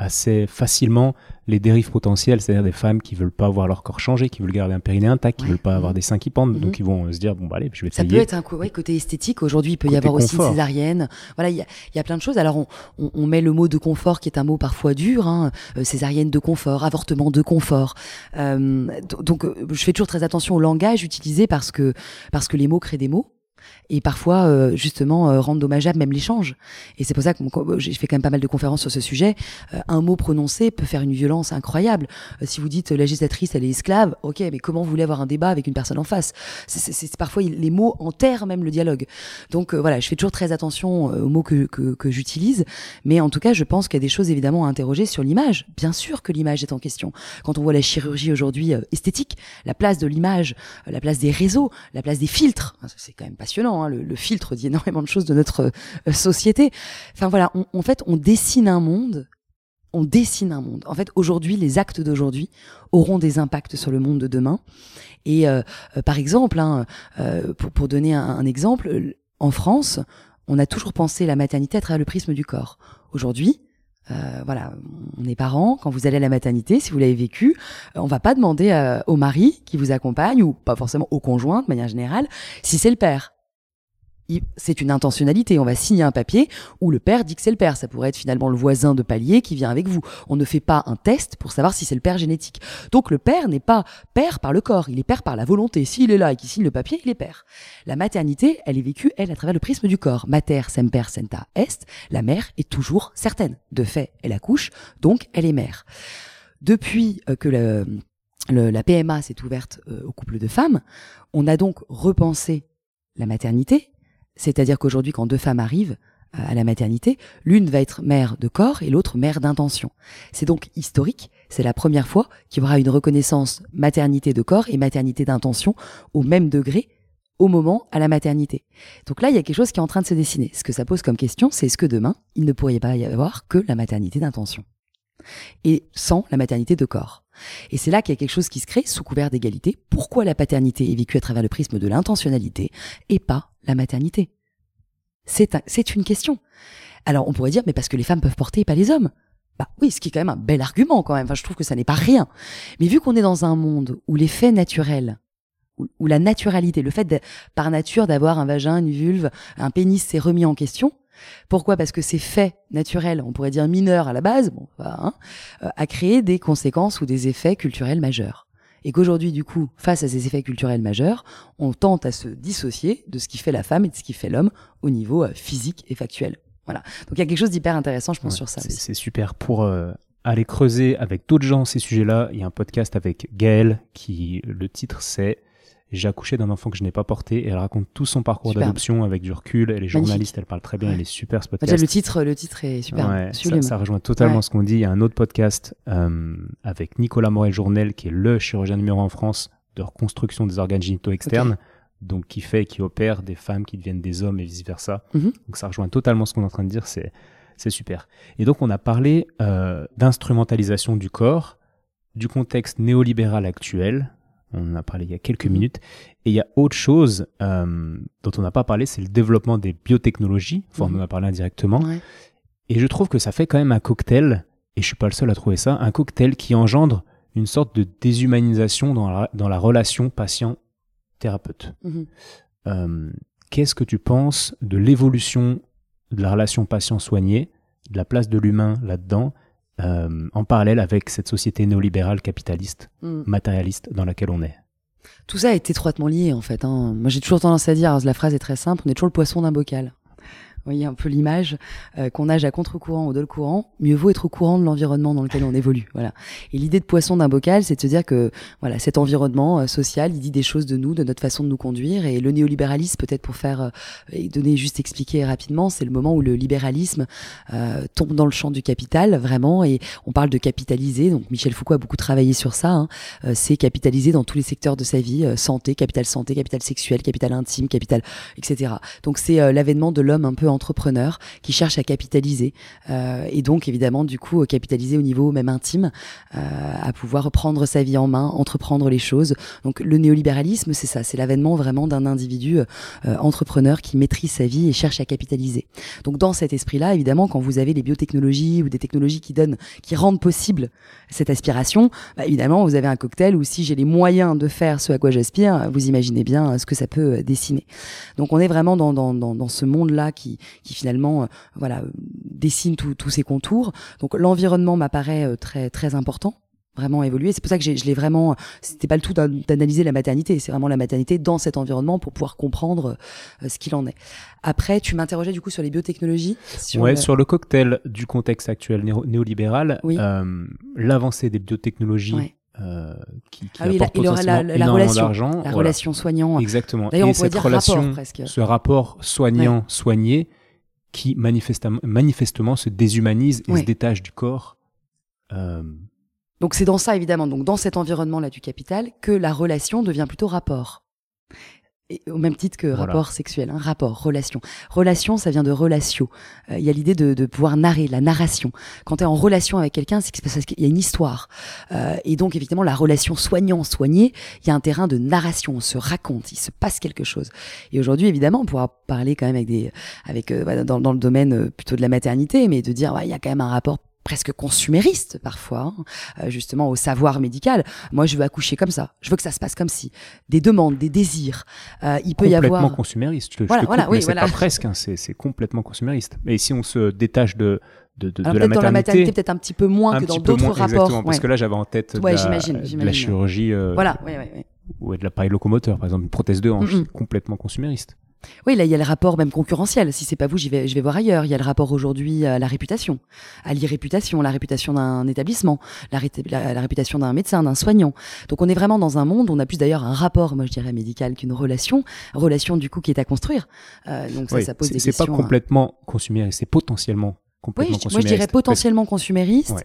assez facilement les dérives potentielles, c'est-à-dire des femmes qui veulent pas voir leur corps changer, qui veulent garder un périnée intact, qui ouais. veulent pas avoir des seins qui pendent, mmh. donc ils vont se dire bon bah allez, je vais ça essayer. peut être un ouais, côté esthétique. Aujourd'hui, il peut côté y avoir confort. aussi une césarienne. Voilà, il y a, il y a plein de choses. Alors on, on, on met le mot de confort qui est un mot parfois dur, hein, euh, césarienne de confort, avortement de confort. Euh, donc euh, je fais toujours très attention au langage utilisé parce que parce que les mots créent des mots. Et parfois, euh, justement, euh, rendre dommageable même l'échange. Et c'est pour ça que mon, j'ai fait quand même pas mal de conférences sur ce sujet. Euh, un mot prononcé peut faire une violence incroyable. Euh, si vous dites euh, la législatrice, elle est esclave, ok, mais comment vous voulez avoir un débat avec une personne en face ? c'est, c'est, c'est parfois les mots enterrent même le dialogue. Donc euh, voilà, je fais toujours très attention euh, aux mots que, que, que j'utilise. Mais en tout cas, je pense qu'il y a des choses évidemment à interroger sur l'image. Bien sûr que l'image est en question. Quand on voit la chirurgie aujourd'hui euh, esthétique, la place de l'image, euh, la place des réseaux, la place des filtres, c'est quand même passionnant. Hein, le, le filtre dit énormément de choses de notre euh, société. Enfin voilà, on, en fait, on dessine un monde. On dessine un monde. En fait, aujourd'hui, les actes d'aujourd'hui auront des impacts sur le monde de demain. Et euh, euh, par exemple, hein, euh, pour, pour donner un, un exemple, en France, on a toujours pensé la maternité à travers le prisme du corps. Aujourd'hui, Euh, voilà, on est parents, quand vous allez à la maternité, si vous l'avez vécu, on va pas demander euh, au mari qui vous accompagne, ou pas forcément au conjoint de manière générale, si c'est le père. Il, c'est une intentionnalité, on va signer un papier où le père dit que c'est le père. Ça pourrait être finalement le voisin de palier qui vient avec vous. On ne fait pas un test pour savoir si c'est le père génétique. Donc le père n'est pas père par le corps, il est père par la volonté. S'il est là et qu'il signe le papier, il est père. La maternité, elle est vécue, elle, à travers le prisme du corps. Mater semper senta est, la mère est toujours certaine. De fait, elle accouche, donc elle est mère. Depuis euh, que le, le, la P M A s'est ouverte euh, aux couples de femmes, on a donc repensé la maternité. C'est-à-dire qu'aujourd'hui, quand deux femmes arrivent à la maternité, l'une va être mère de corps et l'autre mère d'intention. C'est donc historique, c'est la première fois qu'il y aura une reconnaissance maternité de corps et maternité d'intention au même degré au moment à la maternité. Donc là, il y a quelque chose qui est en train de se dessiner. Ce que ça pose comme question, c'est est-ce que demain, il ne pourrait pas y avoir que la maternité d'intention et sans la maternité de corps. Et c'est là qu'il y a quelque chose qui se crée sous couvert d'égalité. Pourquoi la paternité est vécue à travers le prisme de l'intentionnalité et pas la maternité ? C'est, un, c'est une question. Alors on pourrait dire, mais parce que les femmes peuvent porter et pas les hommes. Bah oui, ce qui est quand même un bel argument quand même. Enfin, je trouve que ça n'est pas rien. Mais vu qu'on est dans un monde où les faits naturels, où, où la naturalité, le fait de, par nature d'avoir un vagin, une vulve, un pénis s'est remis en question. Pourquoi ? Parce que ces faits naturels, on pourrait dire mineurs à la base, bon, hein, euh, a créé des conséquences ou des effets culturels majeurs. Et qu'aujourd'hui, du coup, face à ces effets culturels majeurs, on tente à se dissocier de ce qui fait la femme et de ce qui fait l'homme au niveau euh, physique et factuel. Voilà. Donc il y a quelque chose d'hyper intéressant, je pense, ouais, sur ça c'est, aussi. C'est super pour euh, aller creuser avec d'autres gens ces sujets-là. Il y a un podcast avec Gaëlle qui, le titre, c'est « J'ai accouché d'un enfant que je n'ai pas porté » et elle raconte tout son parcours Superbe. D'adoption avec du recul. Elle est journaliste, Magnifique. Elle parle très bien, ouais. Elle est super ce podcast. Déjà, le titre, le titre est super. Ouais, ça, ça rejoint totalement ouais. ce qu'on dit. Il y a un autre podcast euh, avec Nicolas Morel-Journel qui est le chirurgien numéro un en France de reconstruction des organes génitaux externes, okay. donc qui fait et qui opère des femmes qui deviennent des hommes et vice-versa. Mm-hmm. Donc ça rejoint totalement ce qu'on est en train de dire, c'est, c'est super. Et donc on a parlé euh, d'instrumentalisation du corps, du contexte néolibéral actuel. On en a parlé il y a quelques mmh. minutes. Et il y a autre chose euh, dont on n'a pas parlé, c'est le développement des biotechnologies. Enfin, mmh. on en a parlé indirectement. Ouais. Et je trouve que ça fait quand même un cocktail, et je suis pas le seul à trouver ça, un cocktail qui engendre une sorte de déshumanisation dans la, dans la relation patient-thérapeute. Mmh. Euh, qu'est-ce que tu penses de l'évolution de la relation patient-soigné, de la place de l'humain là-dedans, Euh, en parallèle avec cette société néolibérale capitaliste, mmh. matérialiste dans laquelle on est? Tout ça est étroitement lié en fait. Hein. Moi j'ai toujours tendance à dire, alors, la phrase est très simple, on est toujours le poisson d'un bocal. Vous voyez un peu l'image, euh, qu'on nage à contre-courant ou de le courant, mieux vaut être au courant de l'environnement dans lequel on évolue. Voilà. Et l'idée de poisson d'un bocal, c'est de se dire que voilà, cet environnement euh, social, il dit des choses de nous, de notre façon de nous conduire. Et le néolibéralisme, peut-être pour faire euh, et donner juste expliquer rapidement, c'est le moment où le libéralisme euh, tombe dans le champ du capital vraiment. Et on parle de capitaliser. Donc Michel Foucault a beaucoup travaillé sur ça. Hein. Euh, c'est capitaliser dans tous les secteurs de sa vie, euh, santé, capital santé, capital sexuel, capital intime, capital, et cetera. Donc c'est euh, l'avènement de l'homme un peu entrepreneurs qui cherchent à capitaliser euh, et donc évidemment du coup capitaliser au niveau même intime, euh, à pouvoir prendre sa vie en main, entreprendre les choses. Donc le néolibéralisme, c'est ça, c'est l'avènement vraiment d'un individu euh, entrepreneur qui maîtrise sa vie et cherche à capitaliser. Donc dans cet esprit-là, évidemment, quand vous avez les biotechnologies ou des technologies qui donnent, qui rendent possible cette aspiration, bah, évidemment vous avez un cocktail où si j'ai les moyens de faire ce à quoi j'aspire, vous imaginez bien ce que ça peut dessiner. Donc on est vraiment dans dans dans, dans ce monde-là qui qui finalement euh, voilà dessine tous ces contours. Donc l'environnement m'apparaît euh, très très important, vraiment évolué. C'est pour ça que j'ai, je l'ai vraiment. C'était pas le tout d'analyser la maternité, c'est vraiment la maternité dans cet environnement pour pouvoir comprendre euh, ce qu'il en est. Après, tu m'interrogeais du coup sur les biotechnologies. Sur ouais, le... sur le cocktail du contexte actuel néo- néolibéral, oui. euh, l'avancée des biotechnologies. Ouais. Euh, qui, qui ah oui, apporte la, potentiellement la, la, la relation, la voilà. relation soignant. Exactement. D'ailleurs, et on pourrait cette dire relation, rapport presque. Ce rapport soignant-soigné ouais. qui manifestement, manifestement se déshumanise et ouais. se détache du corps. Euh... Donc c'est dans ça évidemment, donc dans cet environnement-là du capital, que la relation devient plutôt rapport. Et au même titre que voilà. rapport sexuel, hein, rapport, relation. Relation, ça vient de relatio. Il euh, y a l'idée de, de pouvoir narrer, la narration. Quand tu es en relation avec quelqu'un, c'est parce qu'il y a une histoire. Euh, et donc, évidemment, la relation soignant-soigné, il y a un terrain de narration. On se raconte, il se passe quelque chose. Et aujourd'hui, évidemment, on pourra parler quand même avec des, avec euh, dans, dans le domaine euh, plutôt de la maternité, mais de dire, il ouais, y a quand même un rapport presque consumériste parfois, hein, justement au savoir médical. Moi, je veux accoucher comme ça. Je veux que ça se passe comme si. Des demandes, des désirs. Euh, il peut y avoir... Complètement consumériste. Je, voilà, je te voilà, coupe, oui, mais voilà. c'est pas presque, hein, c'est, c'est complètement consumériste. Mais si on se détache de, de, de, Alors, de la maternité... dans la maternité, peut-être un petit peu moins que dans d'autres moins, rapports. Exactement, ouais. parce que là, j'avais en tête ouais, de, j'imagine, la, j'imagine. de la chirurgie euh, voilà, ouais, ouais, ouais. ou de l'appareil locomoteur, par exemple, une prothèse de hanche, mm-hmm. c'est complètement consumériste. Oui, là, il y a le rapport même concurrentiel. Si c'est pas vous, j'y vais, je vais voir ailleurs. Il y a le rapport aujourd'hui à la réputation, à l'irréputation, la réputation d'un établissement, la, ré- la, la réputation d'un médecin, d'un soignant. Donc, on est vraiment dans un monde où on a plus d'ailleurs un rapport, moi je dirais médical, qu'une relation, relation du coup qui est à construire. Euh, donc ça, oui, ça pose c'est, des c'est questions. C'est pas complètement hein. consumériste, c'est potentiellement. Oui, je, moi je dirais potentiellement consumériste, ouais.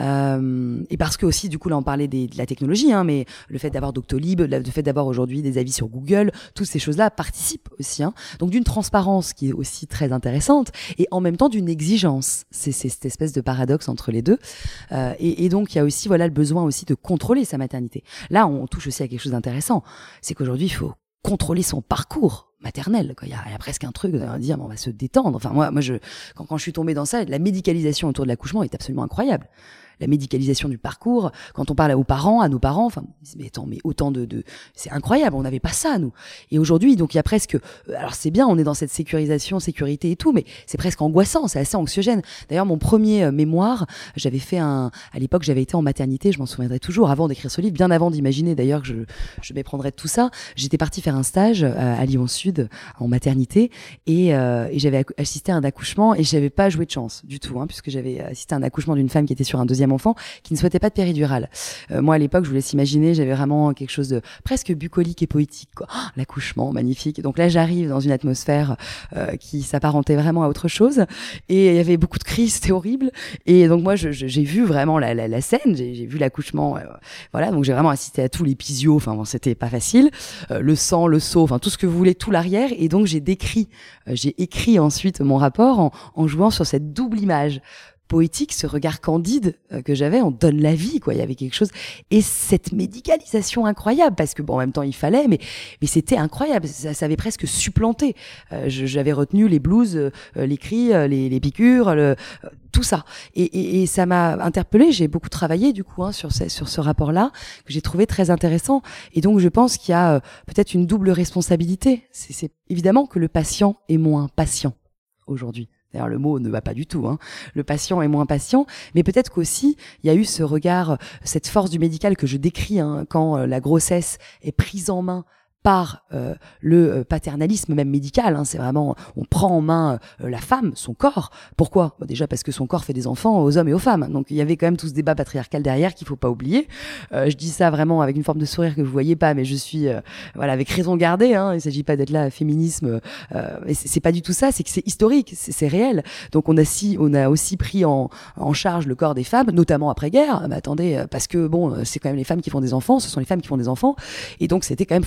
euh, et parce que aussi du coup là on parlait des, de la technologie, hein, mais le fait d'avoir Doctolib, le fait d'avoir aujourd'hui des avis sur Google, toutes ces choses-là participent aussi, hein. Donc d'une transparence qui est aussi très intéressante, et en même temps d'une exigence. C'est, c'est cette espèce de paradoxe entre les deux, euh, et, et donc il y a aussi voilà le besoin aussi de contrôler sa maternité. Là on touche aussi à quelque chose d'intéressant, c'est qu'aujourd'hui il faut contrôler son parcours maternelle, quoi. Il y a, il y a presque un truc de dire, bon, on va se détendre. Enfin, moi, moi, je, quand, quand je suis tombée dans ça, la médicalisation autour de l'accouchement est absolument incroyable. La médicalisation du parcours, quand on parle aux parents, à nos parents, enfin, mais attends, mais autant de, de, c'est incroyable, on n'avait pas ça, nous. Et aujourd'hui, donc, il y a presque, alors c'est bien, on est dans cette sécurisation, sécurité et tout, mais c'est presque angoissant, c'est assez anxiogène. D'ailleurs, mon premier euh, mémoire, j'avais fait un, à l'époque, j'avais été en maternité, je m'en souviendrai toujours, avant d'écrire ce livre, bien avant d'imaginer d'ailleurs que je, je m'éprendrais de tout ça. J'étais partie faire un stage euh, à Lyon Sud, en maternité, et, euh, et j'avais assisté à un accouchement, et j'avais pas joué de chance du tout, hein, puisque j'avais assisté à un accouchement d'une femme qui était sur un deuxième enfant qui ne souhaitait pas de péridurale. Euh, moi à l'époque, je vous laisse imaginer, j'avais vraiment quelque chose de presque bucolique et poétique, quoi. Oh, l'accouchement, magnifique. Donc là, j'arrive dans une atmosphère euh, qui s'apparentait vraiment à autre chose, et il y avait beaucoup de cris, c'était horrible. Et donc moi, je, je, j'ai vu vraiment la, la, la scène, j'ai, j'ai vu l'accouchement, euh, voilà. Donc j'ai vraiment assisté à tous les pisios. Enfin bon, c'était pas facile. Euh, le sang, le seau, enfin tout ce que vous voulez, tout l'arrière. Et donc j'ai décrit, euh, j'ai écrit ensuite mon rapport en, en jouant sur cette double image poétique, ce regard candide euh, que j'avais, on donne la vie, quoi. Il y avait quelque chose, et cette médicalisation incroyable, parce que bon, en même temps il fallait, mais mais c'était incroyable, ça, ça avait presque supplanté. Euh, je, j'avais retenu les blouses, euh, les cris, euh, les, les piqûres, le, euh, tout ça, et, et, et ça m'a interpellée. J'ai beaucoup travaillé du coup hein, sur ce, sur ce rapport-là que j'ai trouvé très intéressant, et donc je pense qu'il y a euh, peut-être une double responsabilité. C'est, c'est évidemment que le patient est moins patient aujourd'hui. D'ailleurs, le mot ne va pas du tout, hein. Le patient est moins patient, mais peut-être qu'aussi, il y a eu ce regard, cette force du médical que je décris, hein, quand euh, la grossesse est prise en main par euh, le paternalisme même médical, hein, c'est vraiment, on prend en main euh, la femme, son corps. Pourquoi ? Bon, déjà parce que son corps fait des enfants aux hommes et aux femmes. Donc il y avait quand même tout ce débat patriarcal derrière qu'il faut pas oublier. Euh, je dis ça vraiment avec une forme de sourire que vous voyez pas, mais je suis euh, voilà avec raison gardée. Hein, il s'agit pas d'être là féminisme, euh, mais c'est, c'est pas du tout ça. C'est que c'est historique, c'est, c'est réel. Donc on a si, on a aussi pris en, en charge le corps des femmes, notamment après guerre. Mais attendez, parce que bon, c'est quand même les femmes qui font des enfants, ce sont les femmes qui font des enfants, et donc c'était quand même fondamental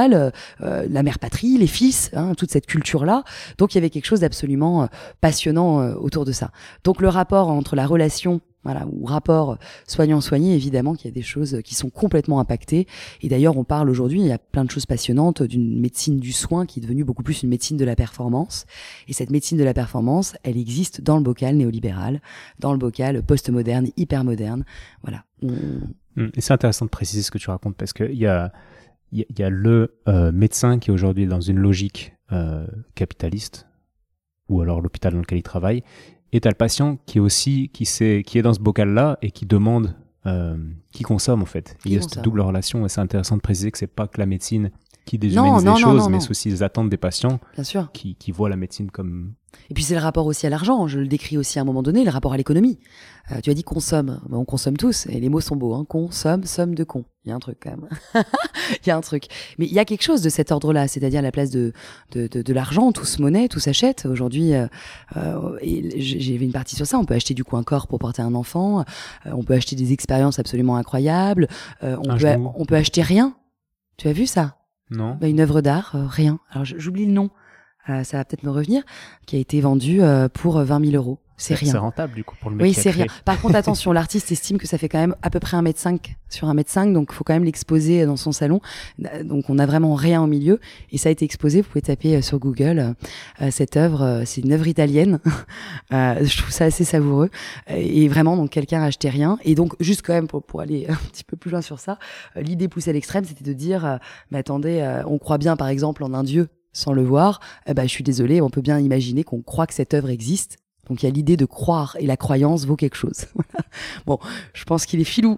l'hôpital, euh, la mère patrie, les fils, hein, toute cette culture-là. Donc il y avait quelque chose d'absolument euh, passionnant euh, autour de ça. Donc le rapport entre la relation, voilà, ou rapport soignant-soigné, évidemment qu'il y a des choses qui sont complètement impactées. Et d'ailleurs, on parle aujourd'hui, il y a plein de choses passionnantes d'une médecine du soin qui est devenue beaucoup plus une médecine de la performance. Et cette médecine de la performance, elle existe dans le bocal néolibéral, dans le bocal post-moderne, hyper moderne. Voilà. On... Et c'est intéressant de préciser ce que tu racontes parce qu'il y a, y, y a le euh, médecin qui est aujourd'hui dans une logique euh, capitaliste, ou alors l'hôpital dans lequel il travaille. Et t'as le patient qui est aussi qui, sait, qui est dans ce bocal-là et qui demande, euh, qui consomme en fait. Il y a cette double relation et c'est intéressant de préciser que c'est pas que la médecine qui déshumanise non, les non, choses, non, non, mais non. c'est aussi les attentes des patients Bien sûr. Qui, qui voient la médecine comme... Et puis c'est le rapport aussi à l'argent, je le décris aussi à un moment donné, le rapport à l'économie. Euh, tu as dit consomme, ben, on consomme tous, et les mots sont beaux, hein. Consomme, somme de con. Il y a un truc quand même. Il y a un truc. Mais il y a quelque chose de cet ordre-là, c'est-à-dire la place de, de, de, de l'argent, tout se monnaie, tout s'achète. Aujourd'hui, euh, euh, et j'ai vu une partie sur ça, on peut acheter du coup un corps pour porter un enfant, euh, on peut acheter des expériences absolument incroyables, euh, on, peut, on peut acheter rien. Tu as vu ça? Non. Bah, une œuvre d'art, euh, rien. Alors j'oublie le nom, euh, ça va peut-être me revenir, qui a été vendue euh, pour vingt mille euros. C'est rien. C'est rentable du coup pour le mec oui, qui a c'est créé. rien. Par contre, attention, l'artiste estime que ça fait quand même à peu près un mètre cinq sur un mètre cinq, donc il faut quand même l'exposer dans son salon. Donc on a vraiment rien au milieu et ça a été exposé. Vous pouvez taper sur Google euh, cette œuvre. C'est une œuvre italienne. euh, je trouve ça assez savoureux et vraiment donc quelqu'un a acheté rien et donc juste quand même pour, pour aller un petit peu plus loin sur ça, euh, l'idée poussée à l'extrême, c'était de dire euh, mais attendez, euh, on croit bien par exemple en un dieu sans le voir. Eh ben je suis désolée, on peut bien imaginer qu'on croit que cette œuvre existe. Donc il y a l'idée de croire et la croyance vaut quelque chose. Bon, je pense qu'il est filou.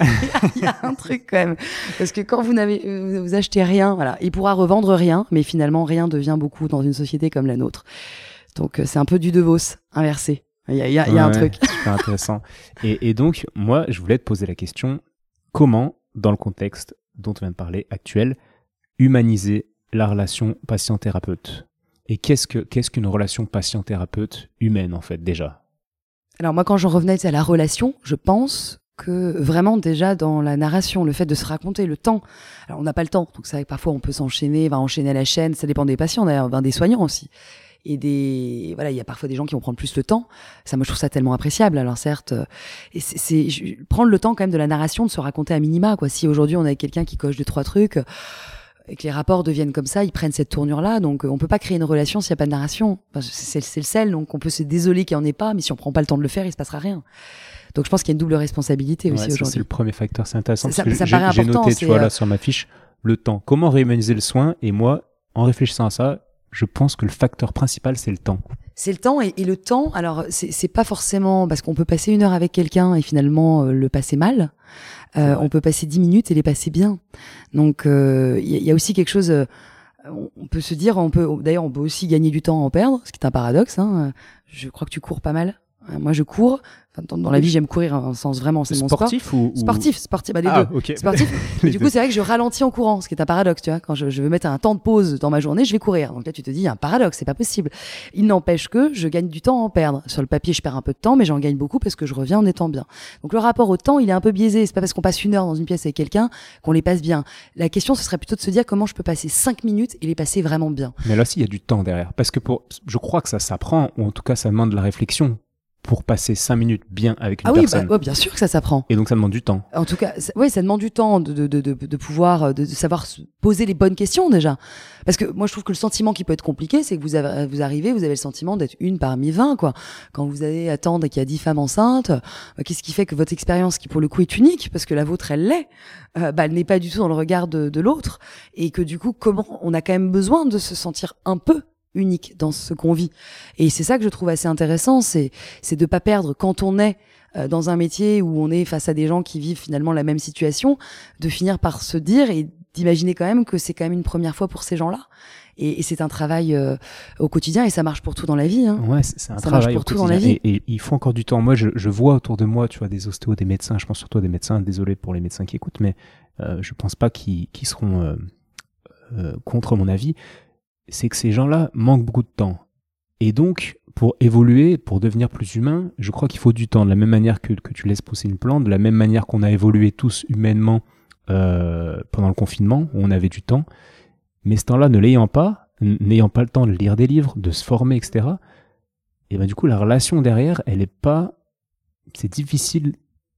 Il y a un truc quand même, parce que quand vous n'avez, vous achetez rien, voilà, il pourra revendre rien, mais finalement rien devient beaucoup dans une société comme la nôtre. Donc c'est un peu du De Vos inversé. Il y a, il y a, il y a ouais, un truc. Super intéressant. Et, et donc moi, je voulais te poser la question comment, dans le contexte dont on vient de parler actuel, humaniser la relation patient-thérapeute? Et qu'est-ce que qu'est-ce qu'une relation patient-thérapeute humaine, en fait, déjà? Alors moi, quand j'en revenais à la relation, je pense que vraiment déjà dans la narration, le fait de se raconter le temps. Alors on n'a pas le temps, donc c'est vrai que parfois on peut s'enchaîner, va enchaîner à la chaîne, ça dépend des patients d'ailleurs, ben, des soignants aussi. Et des voilà, il y a parfois des gens qui vont prendre plus le temps. Ça, moi, je trouve ça tellement appréciable. Alors certes, et c'est, c'est je, prendre le temps quand même de la narration, de se raconter à minima, quoi. Si aujourd'hui on a quelqu'un qui coche deux trois trucs. Et que les rapports deviennent comme ça, ils prennent cette tournure-là, donc on peut pas créer une relation s'il y a pas de narration. Enfin, c'est, c'est le sel, donc on peut se désoler qu'il y en ait pas, mais si on prend pas le temps de le faire, il se passera rien. Donc je pense qu'il y a une double responsabilité ouais, aussi ça, aujourd'hui. C'est le premier facteur, c'est intéressant. Ça, parce ça, que ça paraît j'ai, important. J'ai noté, tu vois, euh... là sur ma fiche, le temps. Comment réhumaniser le soin? Et moi, en réfléchissant à ça, je pense que le facteur principal, c'est le temps. C'est le temps, et, et le temps, alors c'est, c'est pas forcément parce qu'on peut passer une heure avec quelqu'un et finalement euh, le passer mal. Euh, on peut passer dix minutes et les passer bien. Donc il euh, y, y a aussi quelque chose. Euh, on peut se dire, on peut d'ailleurs, on peut aussi gagner du temps à en perdre, ce qui est un paradoxe. Hein. Je crois que tu cours pas mal. Moi, je cours. Enfin, dans, dans la vie, j'aime courir en sens vraiment, c'est mon sport. Sportif ou, ou... Sportif, sportif, bah les ah, deux. Okay. Sportif. les du deux. coup, c'est vrai que je ralentis en courant, ce qui est un paradoxe, tu vois. Quand je, je veux mettre un temps de pause dans ma journée, je vais courir. Donc là, tu te dis, il y a un paradoxe, c'est pas possible. Il n'empêche que je gagne du temps à en perdre. Sur le papier, je perds un peu de temps, mais j'en gagne beaucoup parce que je reviens en étant bien. Donc le rapport au temps, il est un peu biaisé. C'est pas parce qu'on passe une heure dans une pièce avec quelqu'un qu'on les passe bien. La question, ce serait plutôt de se dire comment je peux passer cinq minutes et les passer vraiment bien. Mais là aussi, il y a du temps derrière. Parce que pour, je crois que ça s'apprend, ou en tout cas, ça demande de la réflexion. Pour passer cinq minutes bien avec une ah oui, personne. Bah, ouais, bien sûr que ça s'apprend. Et donc ça demande du temps. En tout cas, ça, oui, ça demande du temps de, de, de, de, de pouvoir, de, de savoir se poser les bonnes questions déjà. Parce que moi, je trouve que le sentiment qui peut être compliqué, c'est que vous, avez, vous arrivez, vous avez le sentiment d'être une parmi vingt, quoi. Quand vous allez attendre qu'il y a dix femmes enceintes, euh, qu'est-ce qui fait que votre expérience, qui pour le coup est unique, parce que la vôtre, elle l'est, euh, bah, elle n'est pas du tout dans le regard de, de l'autre, et que du coup, comment on a quand même besoin de se sentir un peu unique dans ce qu'on vit. Et c'est ça que je trouve assez intéressant, c'est c'est de pas perdre quand on est euh, dans un métier où on est face à des gens qui vivent finalement la même situation, de finir par se dire et d'imaginer quand même que c'est quand même une première fois pour ces gens-là. Et, et c'est un travail euh, au quotidien et ça marche pour tout dans la vie. Hein. Ouais, c'est, c'est un ça travail marche pour au tout quotidien. dans la vie. Et, et il faut encore du temps. Moi, je, je vois autour de moi, tu vois, des ostéos, des médecins. Je pense surtout à des médecins. Désolé pour les médecins qui écoutent, mais euh, je pense pas qu'ils, qu'ils seront euh, euh, contre mon avis. C'est que ces gens-là manquent beaucoup de temps. Et donc, pour évoluer, pour devenir plus humain, je crois qu'il faut du temps. De la même manière que, que tu laisses pousser une plante, de la même manière qu'on a évolué tous humainement euh, pendant le confinement, où on avait du temps, Mais ce temps-là, ne l'ayant pas, n'ayant pas le temps de lire des livres, de se former, et cetera, et ben du coup, la relation derrière, elle est pas... C'est difficile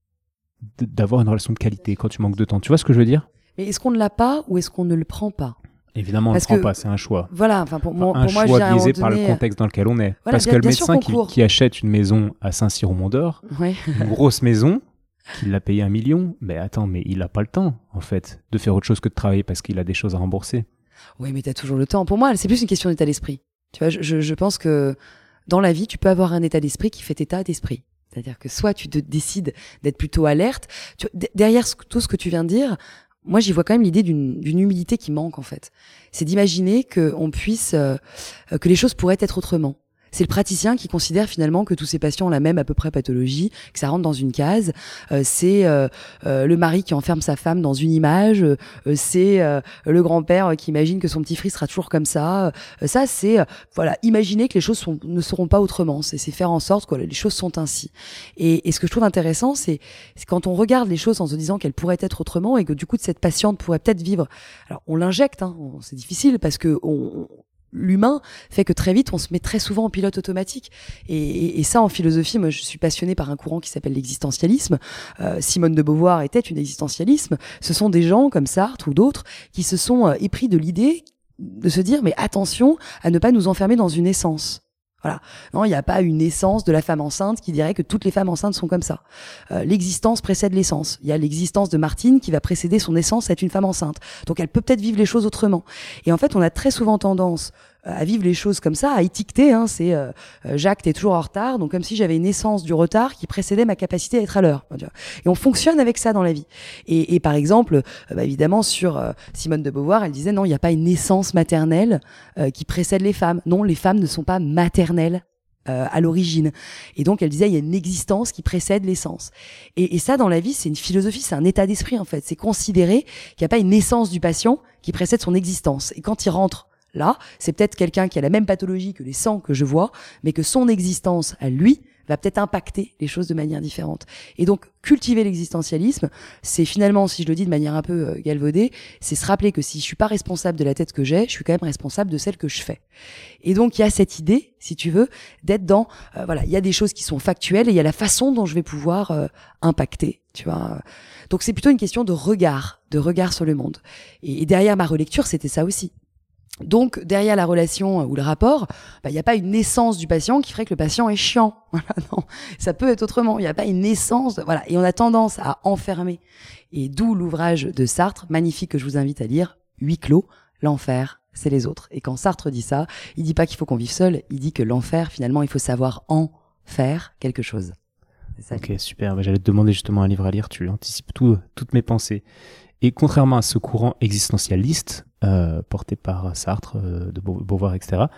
de, d'avoir une relation de qualité quand tu manques de temps. Tu vois ce que je veux dire? Mais est-ce qu'on ne l'a pas ou est-ce qu'on ne le prend pas? Évidemment, on ne le prend pas, c'est un choix. Voilà, enfin pour, enfin, moi, pour un moi, choix je dirais biaisé donné... par le contexte dans lequel on est. Voilà, Parce bien, que le bien médecin qui, qui achète une maison à Saint-Cyr-au-Mont-d'Or, ouais. une grosse maison, qu'il l'a payé un million, mais attends, mais il n'a pas le temps, en fait, de faire autre chose que de travailler parce qu'il a des choses à rembourser. Oui, mais tu as toujours le temps. Pour moi, c'est plus une question d'état d'esprit. Tu vois, je, je, je pense que dans la vie, tu peux avoir un état d'esprit qui fait état d'esprit. C'est-à-dire que soit tu te décides d'être plutôt alerte. Tu, derrière tout ce que tu viens de dire, moi, j'y vois quand même l'idée d'une, d'une humilité qui manque, en fait. C'est d'imaginer qu'on puisse, euh, que les choses pourraient être autrement. C'est le praticien qui considère finalement que tous ces patients ont la même à peu près pathologie, que ça rentre dans une case. Euh, c'est euh, euh, le mari qui enferme sa femme dans une image. Euh, c'est euh, le grand-père qui imagine que son petit-fils sera toujours comme ça. Euh, ça, c'est euh, voilà, imaginer que les choses sont, ne seront pas autrement. C'est, c'est faire en sorte que les choses sont ainsi. Et, et ce que je trouve intéressant, c'est, c'est quand on regarde les choses en se disant qu'elles pourraient être autrement et que du coup, cette patiente pourrait peut-être vivre. Alors, on l'injecte, hein, c'est difficile parce que on, l'humain fait que très vite on se met très souvent en pilote automatique et, et, et ça en philosophie, moi je suis passionnée par un courant qui s'appelle l'existentialisme. euh, Simone de Beauvoir était une existentialisme. Ce sont des gens comme Sartre ou d'autres qui se sont euh, épris de l'idée de se dire mais attention à ne pas nous enfermer dans une essence. Voilà. Non, il n'y a pas une essence de la femme enceinte qui dirait que toutes les femmes enceintes sont comme ça. Euh, l'existence précède l'essence. Il y a l'existence de Martine qui va précéder son essence à être une femme enceinte. Donc elle peut peut-être vivre les choses autrement. Et en fait, on a très souvent tendance à vivre les choses comme ça, à étiqueter. Hein, c'est euh, Jacques, t'es toujours en retard. Donc comme si j'avais une essence du retard qui précédait ma capacité à être à l'heure. Et on fonctionne avec ça dans la vie. Et, et par exemple, euh, bah, évidemment sur euh, Simone de Beauvoir, elle disait non, il n'y a pas une essence maternelle euh, qui précède les femmes. Non, les femmes ne sont pas maternelles euh, à l'origine. Et donc elle disait il y a une existence qui précède l'essence. Et, et ça dans la vie, c'est une philosophie, c'est un état d'esprit en fait. C'est considérer qu'il n'y a pas une essence du patient qui précède son existence. Et quand il rentre là, c'est peut-être quelqu'un qui a la même pathologie que les cent que je vois, mais que son existence à lui va peut-être impacter les choses de manière différente. Et donc, cultiver l'existentialisme, c'est finalement, si je le dis de manière un peu euh, galvaudée, c'est se rappeler que si je suis pas responsable de la tête que j'ai, je suis quand même responsable de celle que je fais. Et donc, il y a cette idée, si tu veux, d'être dans, euh, voilà, il y a des choses qui sont factuelles et il y a la façon dont je vais pouvoir euh, impacter, tu vois. Donc, c'est plutôt une question de regard, de regard sur le monde. Et, et derrière ma relecture, c'était ça aussi. Donc, derrière la relation ou le rapport, bah, il n'y a pas une essence du patient qui ferait que le patient est chiant. Voilà, non. Ça peut être autrement. Il n'y a pas une essence. De... Voilà. Et on a tendance à enfermer. Et d'où l'ouvrage de Sartre, magnifique, que je vous invite à lire, Huis clos, l'enfer, c'est les autres. Et quand Sartre dit ça, il dit pas qu'il faut qu'on vive seul, il dit que l'enfer, finalement, il faut savoir en faire quelque chose. C'est ça. Ok, super. Bah, j'allais te demander justement un livre à lire. Tu anticipes tout, toutes mes pensées. Et contrairement à ce courant existentialiste euh, porté par Sartre, euh, de Beauvoir, et cetera,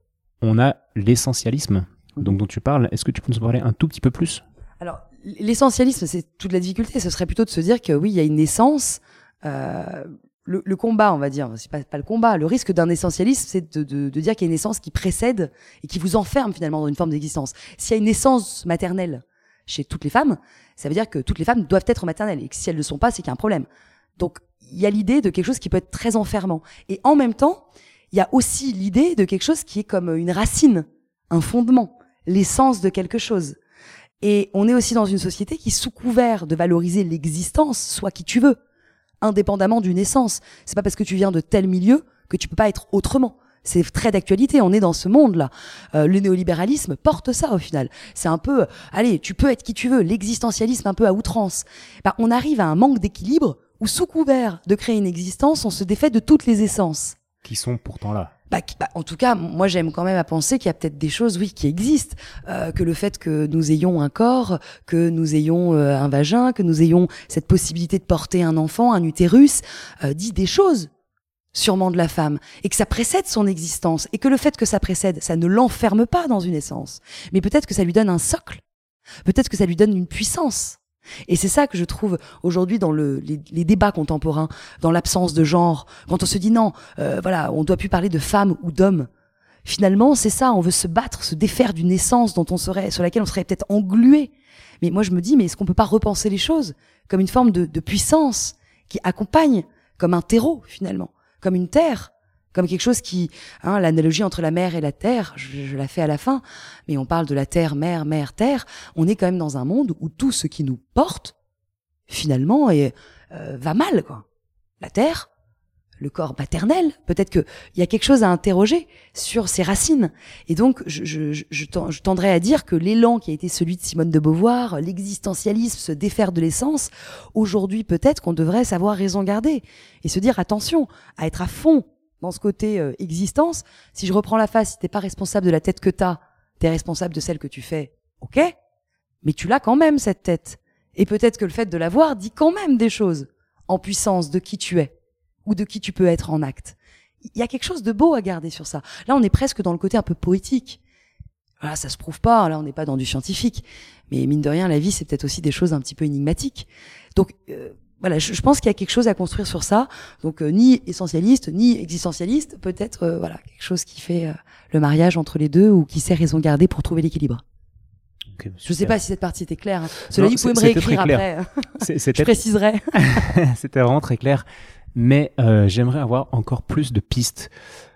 on a l'essentialisme, donc dont tu parles. Est-ce que tu peux nous en parler un tout petit peu plus ? Alors, l'essentialisme, c'est toute la difficulté. Ce serait plutôt de se dire que oui, il y a une essence. Euh, le, le combat, on va dire, c'est pas, pas le combat. Le risque d'un essentialisme, c'est de, de, de dire qu'il y a une essence qui précède et qui vous enferme finalement dans une forme d'existence. S'il y a une essence maternelle chez toutes les femmes, ça veut dire que toutes les femmes doivent être maternelles et que si elles ne le sont pas, c'est qu'il y a un problème. Donc, il y a l'idée de quelque chose qui peut être très enfermant. Et en même temps, il y a aussi l'idée de quelque chose qui est comme une racine, un fondement, l'essence de quelque chose. Et on est aussi dans une société qui, sous couvert de valoriser l'existence, soit qui tu veux, indépendamment d'une essence. C'est pas parce que tu viens de tel milieu que tu peux pas être autrement. C'est très d'actualité, on est dans ce monde-là. Euh, le néolibéralisme porte ça au final. C'est un peu, euh, allez, tu peux être qui tu veux, l'existentialisme un peu à outrance. Bah, on arrive à un manque d'équilibre où sous couvert de créer une existence, on se défait de toutes les essences. Qui sont pourtant là. Bah, bah, en tout cas, moi j'aime quand même à penser qu'il y a peut-être des choses, oui, qui existent. Euh, que le fait que nous ayons un corps, que nous ayons euh, un vagin, que nous ayons cette possibilité de porter un enfant, un utérus, euh, dit des choses sûrement de la femme, et que ça précède son existence, et que le fait que ça précède, ça ne l'enferme pas dans une essence, mais peut-être que ça lui donne un socle, peut-être que ça lui donne une puissance. Et c'est ça que je trouve aujourd'hui dans le, les, les débats contemporains, dans l'absence de genre, quand on se dit non, euh, voilà, on doit plus parler de femme ou d'homme. Finalement, c'est ça, on veut se battre, se défaire d'une essence dont on serait, sur laquelle on serait peut-être englué. Mais moi je me dis, mais est-ce qu'on peut pas repenser les choses comme une forme de, de puissance qui accompagne, comme un terreau finalement, comme une terre comme quelque chose qui, hein, l'analogie entre la mer et la terre, je, je la fais à la fin, mais on parle de la terre, mer, mer, terre. On est quand même dans un monde où tout ce qui nous porte, finalement, est, euh, va mal, quoi. La terre, le corps maternel, peut-être que il y a quelque chose à interroger sur ses racines. Et donc, je, je, je, je tendrais à dire que l'élan qui a été celui de Simone de Beauvoir, l'existentialisme, se défaire de l'essence, aujourd'hui, peut-être qu'on devrait savoir raison garder et se dire attention à être à fond dans ce côté euh, existence. Si je reprends la phrase, si t'es pas responsable de la tête que t'as, t'es responsable de celle que tu fais. Ok, mais tu l'as quand même cette tête. Et peut-être que le fait de l'avoir dit quand même des choses en puissance de qui tu es. Ou de qui tu peux être en acte. Il y a quelque chose de beau à garder sur ça. Là, on est presque dans le côté un peu poétique. Voilà, ça se prouve pas, là, on n'est pas dans du scientifique. Mais mine de rien, la vie, c'est peut-être aussi des choses un petit peu énigmatiques. Donc, euh, voilà, je, je pense qu'il y a quelque chose à construire sur ça. Donc, euh, ni essentialiste, ni existentialiste, peut-être, euh, voilà, quelque chose qui fait euh, le mariage entre les deux ou qui sait raison garder pour trouver l'équilibre. Okay, je sais pas si cette partie était claire. Hein. Cela dit, vous pouvez me réécrire après. Je préciserai. C'était vraiment très clair. Mais euh, j'aimerais avoir encore plus de pistes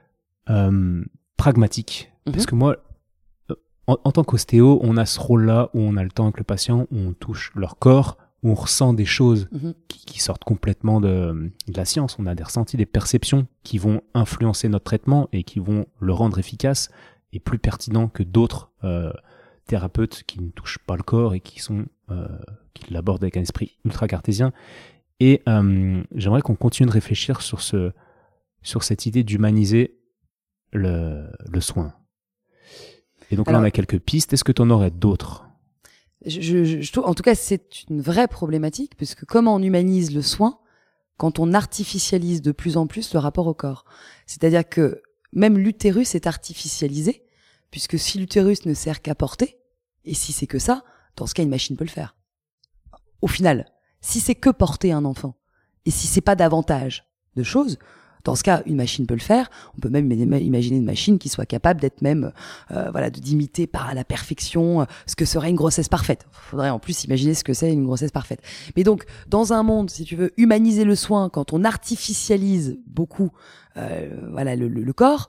euh, pragmatiques. Mm-hmm. Parce que moi, en, en tant qu'ostéo, on a ce rôle-là où on a le temps avec le patient, où on touche leur corps, où on ressent des choses mm-hmm. qui, qui sortent complètement de, de la science. On a des ressentis, des perceptions qui vont influencer notre traitement et qui vont le rendre efficace et plus pertinent que d'autres euh, thérapeutes qui ne touchent pas le corps et qui, sont, euh, qui l'abordent avec un esprit ultra cartésien. Et euh, j'aimerais qu'on continue de réfléchir sur, ce, sur cette idée d'humaniser le, le soin. Et donc Alors, là, on a quelques pistes. Est-ce que tu en aurais d'autres ? je, je, je trouve, En tout cas, c'est une vraie problématique, puisque comment on humanise le soin quand on artificialise de plus en plus le rapport au corps ? C'est-à-dire que même l'utérus est artificialisé, puisque si l'utérus ne sert qu'à porter, et si c'est que ça, dans ce cas, une machine peut le faire. Au final, si c'est que porter un enfant, et si c'est pas davantage de choses, dans ce cas, une machine peut le faire. On peut même imaginer une machine qui soit capable d'être même, euh, voilà, de d'imiter par la perfection euh, ce que serait une grossesse parfaite. Il faudrait en plus imaginer ce que c'est une grossesse parfaite. Mais donc, dans un monde, si tu veux, humaniser le soin, quand on artificialise beaucoup, euh, voilà, le, le, le corps,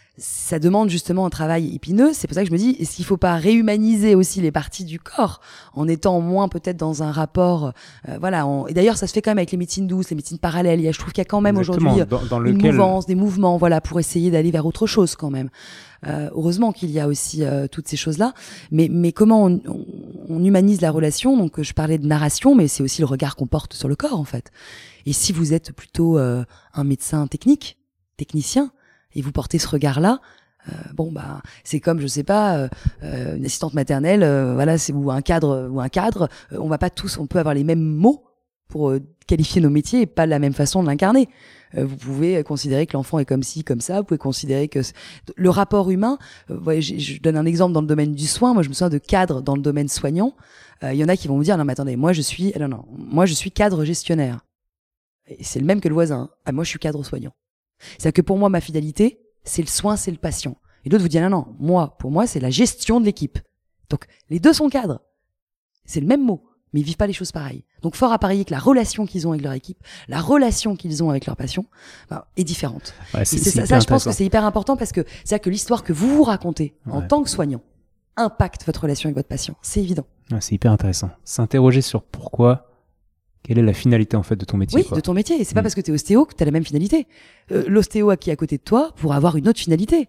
ça demande justement un travail épineux. C'est pour ça que je me dis, est-ce qu'il faut pas réhumaniser aussi les parties du corps en étant moins peut-être dans un rapport, euh, voilà. On... Et d'ailleurs, ça se fait quand même avec les médecines douces, les médecines parallèles. Il y a, je trouve qu'il y a quand même Exactement. aujourd'hui dans, dans une lequel... mouvance, des mouvements, voilà, pour essayer d'aller vers autre chose quand même. Euh, heureusement qu'il y a aussi euh, toutes ces choses-là. Mais, mais comment on, on, on humanise la relation ? Donc, je parlais de narration, mais c'est aussi le regard qu'on porte sur le corps, en fait. Et si vous êtes plutôt euh, un médecin technique, technicien, et vous portez ce regard-là, euh, bon bah c'est comme je sais pas euh, une assistante maternelle, euh, voilà, c'est ou un cadre ou un cadre, euh, on va pas tous, on peut avoir les mêmes mots pour euh, qualifier nos métiers et pas la même façon de l'incarner. Euh, vous pouvez considérer que l'enfant est comme ci, comme ça. Vous pouvez considérer que le rapport humain. Euh, ouais, je, je donne un exemple dans le domaine du soin. Moi, je me souviens de cadres dans le domaine soignant. Il euh, y en a qui vont me dire non mais attendez, moi je suis, non non, moi je suis cadre gestionnaire. Et c'est le même que le voisin. Ah, moi je suis cadre soignant. C'est-à-dire que pour moi, ma finalité, c'est le soin, c'est le patient. Et d'autres vous disent, non, non, moi, pour moi, c'est la gestion de l'équipe. Donc, les deux sont cadres. C'est le même mot, mais ils vivent pas les choses pareilles. Donc, fort à parier que la relation qu'ils ont avec leur équipe, la relation qu'ils ont avec leur patient, ben, est différente. Ouais, c'est, et c'est, c'est ça, ça je pense que c'est hyper important parce que c'est-à-dire que l'histoire que vous vous racontez ouais. en tant que soignant impacte votre relation avec votre patient. C'est évident. Ouais, c'est hyper intéressant. S'interroger sur pourquoi... Quelle est la finalité en fait de ton métier ? Oui, quoi. de ton métier. Et c'est mmh. pas parce que t'es ostéo que t'as la même finalité. Euh, l'ostéo qui est à côté de toi pourra avoir une autre finalité.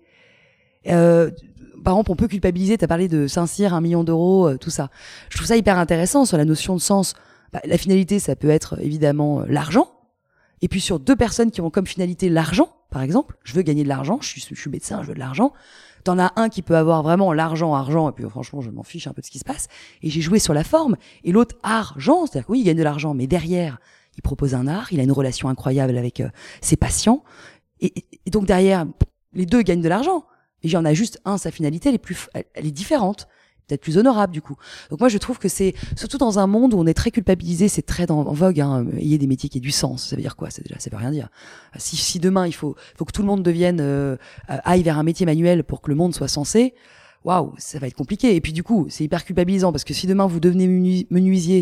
Euh, par exemple, on peut culpabiliser. T'as parlé de Saint-Cyr, un million d'euros, euh, tout ça. Je trouve ça hyper intéressant sur la notion de sens. Bah, la finalité, ça peut être évidemment euh, l'argent. Et puis sur deux personnes qui ont comme finalité l'argent, par exemple, je veux gagner de l'argent. Je suis, je suis médecin, je veux de l'argent. T'en as un qui peut avoir vraiment l'argent, argent, et puis franchement, je m'en fiche un peu de ce qui se passe. Et j'ai joué sur la forme. Et l'autre, argent, c'est-à-dire que oui, il gagne de l'argent, mais derrière, il propose un art, il a une relation incroyable avec euh, ses patients. Et, et, et donc derrière, les deux gagnent de l'argent. Et il y en a juste un, sa finalité, elle est plus, elle, elle est différente. Peut-être plus honorable du coup. Donc moi je trouve que c'est surtout dans un monde où on est très culpabilisé, c'est très dans, en vogue. Hein, il y a des métiers qui aient du sens. Ça veut dire quoi ? C'est déjà, ça veut rien dire. Si, si demain il faut, faut que tout le monde devienne euh, aille vers un métier manuel pour que le monde soit sensé, waouh, ça va être compliqué. Et puis du coup c'est hyper culpabilisant parce que si demain vous devenez menu, menuisier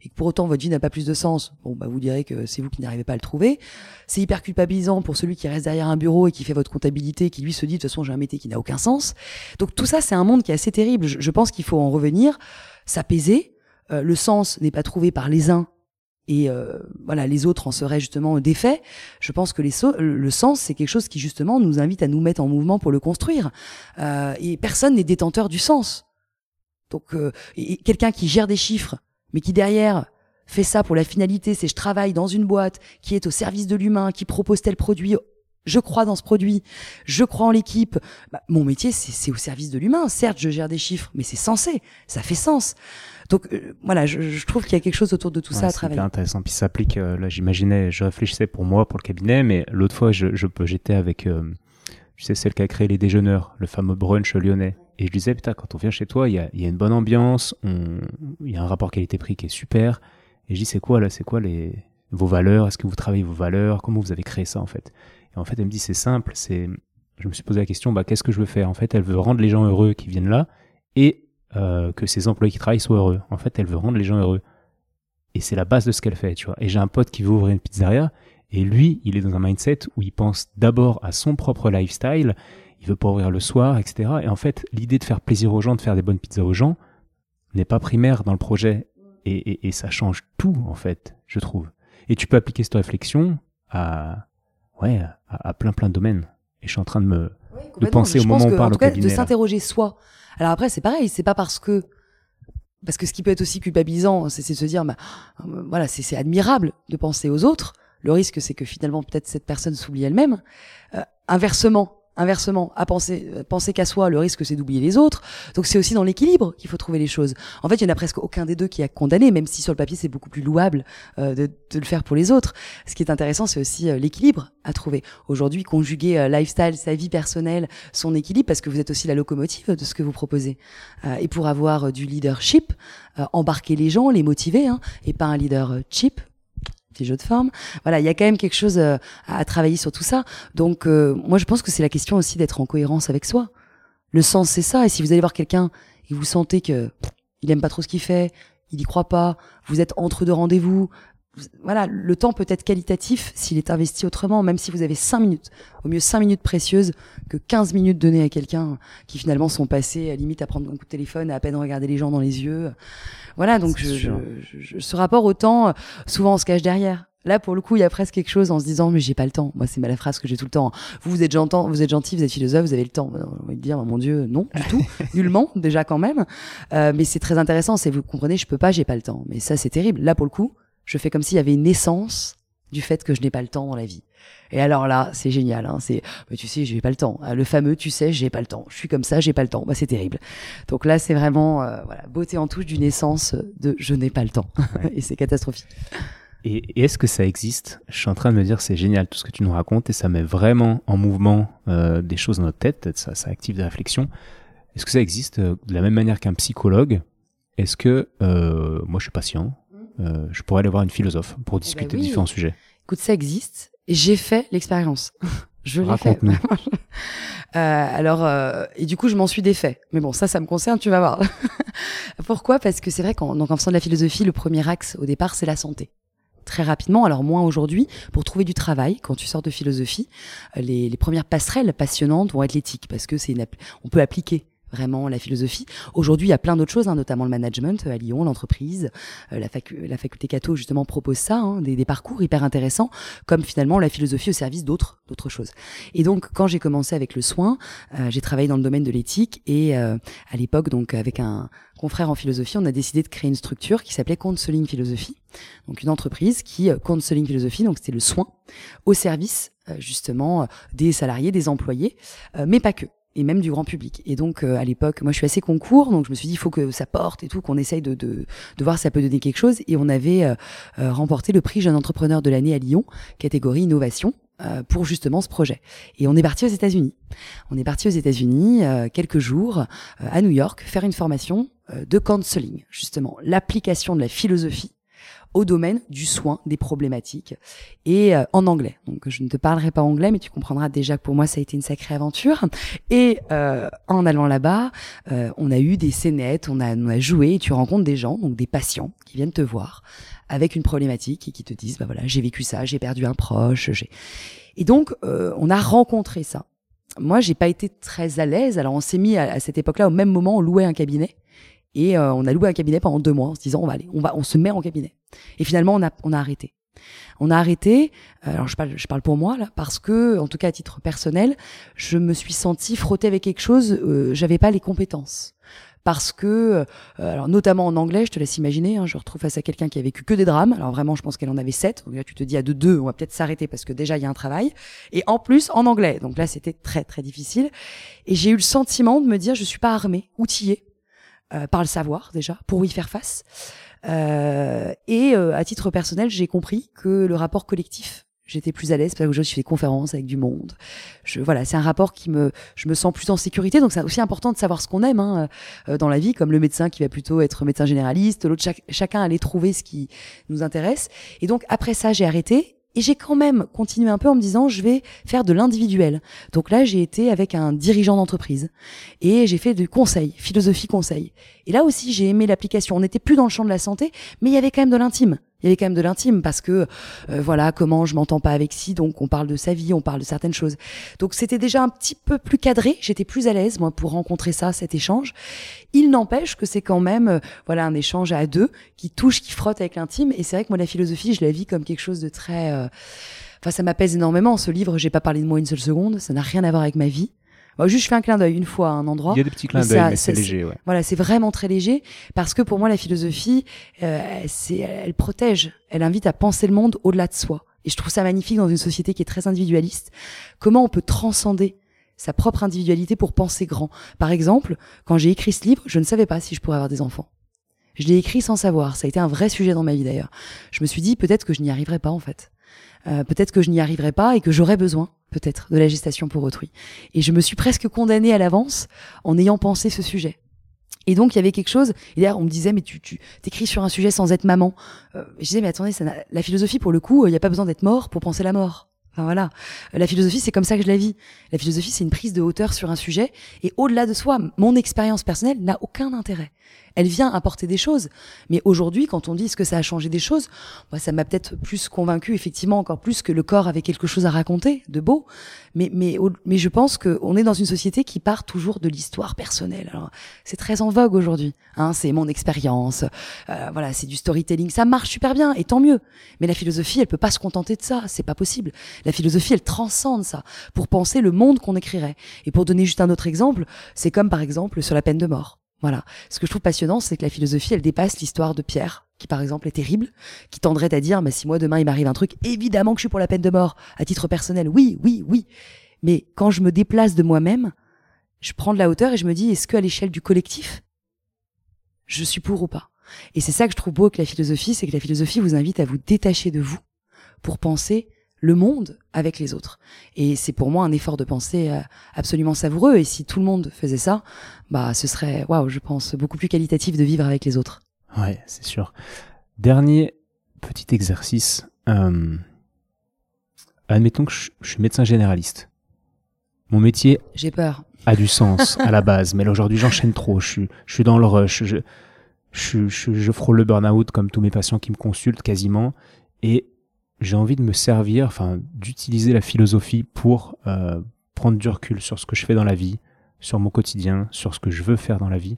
et que pour autant votre vie n'a pas plus de sens, bon bah vous direz que c'est vous qui n'arrivez pas à le trouver. C'est hyper culpabilisant pour celui qui reste derrière un bureau et qui fait votre comptabilité, qui lui se dit de toute façon j'ai un métier qui n'a aucun sens. Donc tout ça c'est un monde qui est assez terrible. Je, je pense qu'il faut en revenir, s'apaiser. Euh, le sens n'est pas trouvé par les uns et euh, voilà les autres en seraient justement défaits. Je pense que les so- le sens c'est quelque chose qui justement nous invite à nous mettre en mouvement pour le construire. Euh, et personne n'est détenteur du sens. Donc euh, et, et quelqu'un qui gère des chiffres mais qui derrière fait ça pour la finalité, c'est je travaille dans une boîte qui est au service de l'humain, qui propose tel produit, je crois dans ce produit, je crois en l'équipe. Bah, mon métier, c'est, c'est au service de l'humain. Certes, je gère des chiffres, mais c'est censé, ça fait sens. Donc euh, voilà, je, je trouve qu'il y a quelque chose autour de tout ouais, ça à c'est travailler. C'est intéressant. Puis ça s'applique, euh, là j'imaginais, je réfléchissais pour moi, pour le cabinet, mais l'autre fois, je, je, j'étais avec, euh, tu sais, celle qui a créé les déjeuneurs, le fameux brunch lyonnais. Et je disais, putain, quand on vient chez toi, il y a, y a une bonne ambiance, il y a un rapport qualité-prix qui est super. Et je dis, c'est quoi là, c'est quoi les, vos valeurs? Est-ce que vous travaillez vos valeurs? Comment vous avez créé ça en fait? Et en fait, elle me dit, c'est simple, c'est, je me suis posé la question, bah, qu'est-ce que je veux faire? En fait, elle veut rendre les gens heureux qui viennent là et euh, que ses employés qui travaillent soient heureux. En fait, elle veut rendre les gens heureux. Et c'est la base de ce qu'elle fait, tu vois. Et j'ai un pote qui veut ouvrir une pizzeria et lui, il est dans un mindset où il pense d'abord à son propre lifestyle. Il veut pas ouvrir le soir, et cetera. Et en fait, l'idée de faire plaisir aux gens, de faire des bonnes pizzas aux gens, n'est pas primaire dans le projet. Et, et, et ça change tout, en fait, je trouve. Et tu peux appliquer cette réflexion à, ouais, à, à plein plein de domaines. Et je suis en train de me Oui, de penser je au pense moment où que, on parle en au tout cas, cabinet. de là. s'interroger soi. Alors après, c'est pareil, c'est pas parce que parce que ce qui peut être aussi culpabilisant, c'est, c'est de se dire, bah, euh, voilà, c'est, c'est admirable de penser aux autres. Le risque, c'est que finalement, peut-être cette personne s'oublie elle-même. Euh, inversement, inversement, à penser, euh, penser qu'à soi, le risque, c'est d'oublier les autres. Donc, c'est aussi dans l'équilibre qu'il faut trouver les choses. En fait, il y en a presque aucun des deux qui a condamné, même si sur le papier, c'est beaucoup plus louable euh, de, de le faire pour les autres. Ce qui est intéressant, c'est aussi euh, l'équilibre à trouver. Aujourd'hui, conjuguer euh, lifestyle, sa vie personnelle, son équilibre, parce que vous êtes aussi la locomotive de ce que vous proposez. Euh, et pour avoir euh, du leadership, euh, embarquer les gens, les motiver, hein, et pas un leader euh, cheap, petit jeu de forme. Voilà, il y a quand même quelque chose euh, à travailler sur tout ça. Donc, euh, moi, je pense que c'est la question aussi d'être en cohérence avec soi. Le sens, c'est ça. Et si vous allez voir quelqu'un et vous sentez que pff, il aime pas trop ce qu'il fait, il y croit pas, vous êtes entre deux rendez-vous, vous, voilà, le temps peut être qualitatif s'il est investi autrement, même si vous avez cinq minutes. Au mieux cinq minutes précieuses que quinze minutes données à quelqu'un qui finalement sont passées à limite à prendre un coup de téléphone, à à peine regarder les gens dans les yeux. Voilà, donc je, je, je, je, ce rapport au temps, souvent on se cache derrière. Là, pour le coup, il y a presque quelque chose en se disant, mais j'ai pas le temps. Moi, c'est la phrase que j'ai tout le temps. Vous, vous êtes gentil, vous êtes gentil, vous êtes philosophe, vous avez le temps. On va dire, mon Dieu, non, du tout, nullement, déjà quand même. Euh, mais c'est très intéressant. C'est, vous comprenez, je peux pas, j'ai pas le temps. Mais ça, c'est terrible. Là, pour le coup, je fais comme s'il y avait une essence du fait que je n'ai pas le temps dans la vie. Et alors là, c'est génial, hein, c'est, bah, tu sais, j'ai pas le temps. Le fameux, tu sais, j'ai pas le temps. Je suis comme ça, j'ai pas le temps. Bah, c'est terrible. Donc là, c'est vraiment, euh, voilà, beauté en touche d'une essence de je n'ai pas le temps. Ouais. Et c'est catastrophique. Et, et est-ce que ça existe? Je suis en train de me dire, c'est génial tout ce que tu nous racontes et ça met vraiment en mouvement euh, des choses dans notre tête. Ça, ça active des réflexions. Est-ce que ça existe euh, de la même manière qu'un psychologue? Est-ce que, euh, moi, je suis patient, euh, je pourrais aller voir une philosophe pour discuter eh ben oui. de différents sujets? Écoute, ça existe. Et j'ai fait l'expérience. Je l'ai Raconte-nous. fait. euh, alors, euh, et du coup, je m'en suis défait. Mais bon, ça, ça me concerne, tu vas voir. Pourquoi? Parce que c'est vrai qu'en donc, en faisant de la philosophie, le premier axe, au départ, c'est la santé. Très rapidement, alors moins aujourd'hui, pour trouver du travail, quand tu sors de philosophie, les, les premières passerelles passionnantes vont être l'éthique, parce que c'est une, on peut appliquer vraiment la philosophie. Aujourd'hui, il y a plein d'autres choses, hein, notamment le management à Lyon, l'entreprise, euh, la, facu- la faculté Cato justement propose ça, hein, des, des parcours hyper intéressants, comme finalement la philosophie au service d'autres, d'autres choses. Et donc, quand j'ai commencé avec le soin, euh, j'ai travaillé dans le domaine de l'éthique et euh, à l'époque, donc avec un confrère en philosophie, on a décidé de créer une structure qui s'appelait Counseling Philosophie, donc une entreprise qui euh, Counseling Philosophie, donc c'était le soin au service euh, justement des salariés, des employés, euh, mais pas que. Et même du grand public. Et donc, euh, à l'époque, moi, je suis assez concours, donc je me suis dit, il faut que ça porte et tout, qu'on essaye de, de, de voir si ça peut donner quelque chose. Et on avait euh, euh, remporté le prix Jeune Entrepreneur de l'année à Lyon, catégorie innovation, euh, pour justement ce projet. Et on est parti aux États-Unis. On est parti aux États-Unis euh, quelques jours euh, à New York faire une formation euh, de counseling, justement, l'application de la philosophie au domaine du soin, des problématiques, et euh, en anglais. Donc je ne te parlerai pas anglais, mais tu comprendras déjà que pour moi ça a été une sacrée aventure. Et euh, en allant là-bas, euh, on a eu des scénettes, on a, on a joué, et tu rencontres des gens, donc des patients qui viennent te voir avec une problématique et qui te disent bah voilà, j'ai vécu ça, j'ai perdu un proche, j'ai... Et donc euh, on a rencontré ça. Moi, j'ai pas été très à l'aise. Alors on s'est mis à, à cette époque-là, au même moment, on louait un cabinet. Et euh, on a loué un cabinet pendant deux mois en se disant on va aller, on va, on se met en cabinet. Et finalement on a, on a arrêté. On a arrêté. Euh, alors je parle, je parle pour moi là, parce que, en tout cas à titre personnel, je me suis sentie frottée avec quelque chose. Euh, j'avais pas les compétences. Parce que, euh, alors notamment en anglais, je te laisse imaginer, hein, je retrouve face à quelqu'un qui a vécu que des drames. Alors vraiment, je pense qu'elle en avait sept. Donc là, tu te dis à deux, deux, on va peut-être s'arrêter parce que déjà il y a un travail. Et en plus en anglais. Donc là, c'était très très difficile. Et j'ai eu le sentiment de me dire, je suis pas armée, outillée. Euh, par le savoir déjà, pour y faire face. Euh, et euh, à titre personnel, j'ai compris que le rapport collectif, j'étais plus à l'aise parce que je fais des conférences avec du monde. Je, voilà, c'est un rapport qui me, je me sens plus en sécurité. Donc c'est aussi important de savoir ce qu'on aime hein, euh, dans la vie, comme le médecin qui va plutôt être médecin généraliste, l'autre chaque, chacun allait trouver ce qui nous intéresse. Et donc après ça, j'ai arrêté. Et j'ai quand même continué un peu en me disant, je vais faire de l'individuel. Donc là, j'ai été avec un dirigeant d'entreprise et j'ai fait du conseil, philosophie conseil. Et là aussi, j'ai aimé l'application. On n'était plus dans le champ de la santé, mais il y avait quand même de l'intime. Il y avait quand même de l'intime parce que, euh, voilà, comment je m'entends pas avec si, donc on parle de sa vie, on parle de certaines choses. Donc c'était déjà un petit peu plus cadré, j'étais plus à l'aise, moi, pour rencontrer ça, cet échange. Il n'empêche que c'est quand même, euh, voilà, un échange à deux qui touche, qui frotte avec l'intime. Et c'est vrai que moi, la philosophie, je la vis comme quelque chose de très... Euh... Enfin, ça m'apaise énormément. Ce livre, j'ai pas parlé de moi une seule seconde, ça n'a rien à voir avec ma vie. Bon, juste, je fais un clin d'œil une fois à un endroit. Il y a des petits clins d'œil, mais c'est léger, ouais. Voilà, c'est vraiment très léger parce que pour moi, la philosophie, euh, c'est, elle protège, elle invite à penser le monde au-delà de soi. Et je trouve ça magnifique dans une société qui est très individualiste. Comment on peut transcender sa propre individualité pour penser grand. Par exemple, quand j'ai écrit ce livre, je ne savais pas si je pourrais avoir des enfants. Je l'ai écrit sans savoir. Ça a été un vrai sujet dans ma vie d'ailleurs. Je me suis dit peut-être que je n'y arriverai pas en fait. Euh, peut-être que je n'y arriverai pas et que j'aurai besoin peut-être de la gestation pour autrui. Et je me suis presque condamnée à l'avance en ayant pensé ce sujet. Et donc il y avait quelque chose, et d'ailleurs on me disait mais tu tu t'écris sur un sujet sans être maman. Euh, je disais mais attendez, ça n'a... la philosophie pour le coup, il n'y a pas besoin d'être mort pour penser la mort. Enfin voilà, la philosophie c'est comme ça que je la vis. La philosophie c'est une prise de hauteur sur un sujet et au-delà de soi, mon expérience personnelle n'a aucun intérêt. Elle vient apporter des choses, mais aujourd'hui quand on dit est-ce que ça a changé des choses, moi ça m'a peut-être plus convaincu effectivement encore plus que le corps avait quelque chose à raconter de beau. Mais mais mais je pense que on est dans une société qui part toujours de l'histoire personnelle. Alors c'est très en vogue aujourd'hui, hein, c'est mon expérience, euh, voilà, c'est du storytelling, ça marche super bien et tant mieux. Mais la philosophie, elle peut pas se contenter de ça, c'est pas possible. La philosophie, elle transcende ça pour penser le monde qu'on écrirait. Et pour donner juste un autre exemple, c'est comme par exemple sur la peine de mort. Voilà. Ce que je trouve passionnant, c'est que la philosophie, elle dépasse l'histoire de Pierre, qui par exemple est terrible, qui tendrait à dire, bah, si moi demain il m'arrive un truc, évidemment que je suis pour la peine de mort, à titre personnel. Oui, oui, oui. Mais quand je me déplace de moi-même, je prends de la hauteur et je me dis, est-ce qu'à l'échelle du collectif, je suis pour ou pas? Et c'est ça que je trouve beau avec la philosophie, c'est que la philosophie vous invite à vous détacher de vous pour penser le monde avec les autres. Et c'est pour moi un effort de pensée euh, absolument savoureux. Et si tout le monde faisait ça, bah ce serait, waouh, je pense, beaucoup plus qualitatif de vivre avec les autres. Ouais, c'est sûr. Dernier petit exercice. Euh, admettons que je, je suis médecin généraliste. Mon métier J'ai peur. a du sens à la base, mais là aujourd'hui j'enchaîne trop. Je suis, je suis dans le rush. Je, je, je, je frôle le burn-out comme tous mes patients qui me consultent quasiment. Et j'ai envie de me servir, enfin, d'utiliser la philosophie pour euh, prendre du recul sur ce que je fais dans la vie, sur mon quotidien, sur ce que je veux faire dans la vie.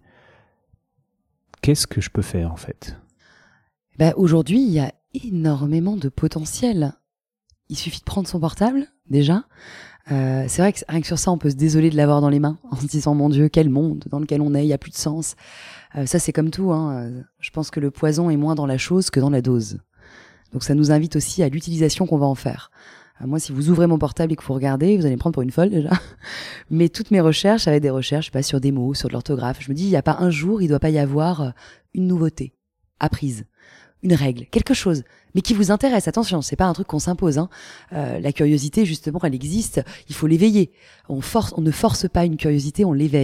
Qu'est-ce que je peux faire, en fait ? Ben, aujourd'hui, il y a énormément de potentiel. Il suffit de prendre son portable, déjà. Euh, c'est vrai que rien que sur ça, on peut se désoler de l'avoir dans les mains, en se disant, mon Dieu, quel monde dans lequel on est, il n'y a plus de sens. Euh, ça, c'est comme tout, hein. Je pense que le poison est moins dans la chose que dans la dose. Donc ça nous invite aussi à l'utilisation qu'on va en faire. Euh, moi, si vous ouvrez mon portable et que vous regardez, vous allez me prendre pour une folle déjà. Mais toutes mes recherches, ça va être des recherches, je sais pas, sur des mots, sur de l'orthographe. Je me dis, il n'y a pas un jour, il doit pas y avoir une nouveauté apprise, une règle, quelque chose, mais qui vous intéresse. Attention, c'est pas un truc qu'on s'impose, hein. Euh, la curiosité, justement, elle existe. Il faut l'éveiller. On force, on ne force pas une curiosité, on l'éveille.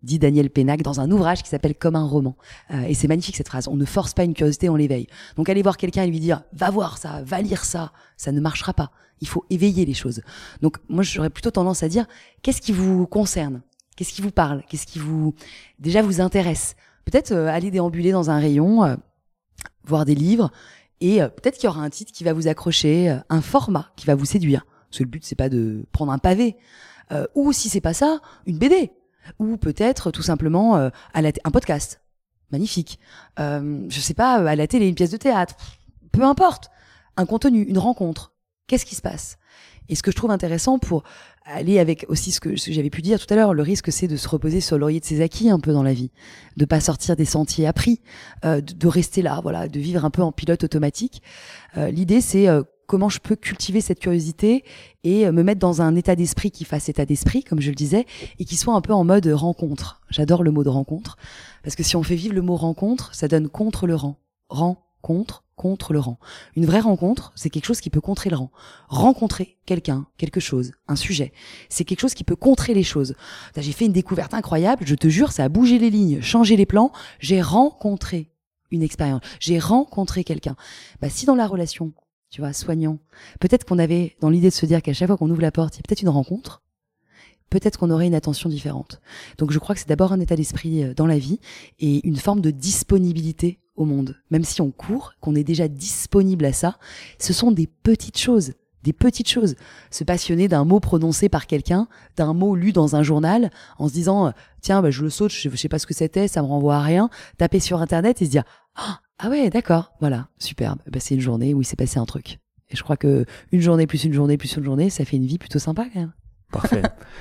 dit Daniel Pénac dans un ouvrage qui s'appelle Comme un roman. Euh, et c'est magnifique cette phrase. On ne force pas une curiosité, on l'éveille. Donc aller voir quelqu'un et lui dire « va voir ça, va lire ça », ça ne marchera pas. Il faut éveiller les choses. Donc moi j'aurais plutôt tendance à dire « qu'est-ce qui vous concerne ? Qu'est-ce qui vous parle ? Qu'est-ce qui vous déjà vous intéresse ?» Peut-être euh, aller déambuler dans un rayon, euh, voir des livres, et euh, peut-être qu'il y aura un titre qui va vous accrocher, euh, un format qui va vous séduire. Parce que le but c'est pas de prendre un pavé, euh, ou si c'est pas ça, une B D. Ou peut-être tout simplement euh, à la t- un podcast, magnifique. Euh, je sais pas, à la télé, une pièce de théâtre, peu importe. Un contenu, une rencontre. Qu'est-ce qui se passe ? Et ce que je trouve intéressant pour aller avec aussi ce que, ce que j'avais pu dire tout à l'heure, le risque c'est de se reposer sur le laurier de ses acquis un peu dans la vie, de pas sortir des sentiers appris, euh, de, de rester là, voilà, de vivre un peu en pilote automatique. Euh, l'idée c'est euh, comment je peux cultiver cette curiosité et me mettre dans un état d'esprit qui fasse état d'esprit, comme je le disais, et qui soit un peu en mode rencontre. J'adore le mot de rencontre, parce que si on fait vivre le mot rencontre, ça donne contre le rang. Rencontre, contre le rang. Une vraie rencontre, c'est quelque chose qui peut contrer le rang. Rencontrer quelqu'un, quelque chose, un sujet, c'est quelque chose qui peut contrer les choses. J'ai fait une découverte incroyable, je te jure, ça a bougé les lignes, changé les plans, j'ai rencontré une expérience, j'ai rencontré quelqu'un. Bah, si dans la relation, tu vois, soignant. Peut-être qu'on avait dans l'idée de se dire qu'à chaque fois qu'on ouvre la porte, il y a peut-être une rencontre. Peut-être qu'on aurait une attention différente. Donc je crois que c'est d'abord un état d'esprit dans la vie et une forme de disponibilité au monde. Même si on court, qu'on est déjà disponible à ça, ce sont des petites choses. Des petites choses. Se passionner d'un mot prononcé par quelqu'un, d'un mot lu dans un journal, en se disant « Tiens, bah, je le saute, je, je sais pas ce que c'était, ça me renvoie à rien. » Taper sur Internet et se dire ah, « Ah ouais, d'accord, voilà, superbe. Bah, c'est une journée où il s'est passé un truc. » Et je crois que une journée plus une journée plus une journée, ça fait une vie plutôt sympa quand même. Parfait.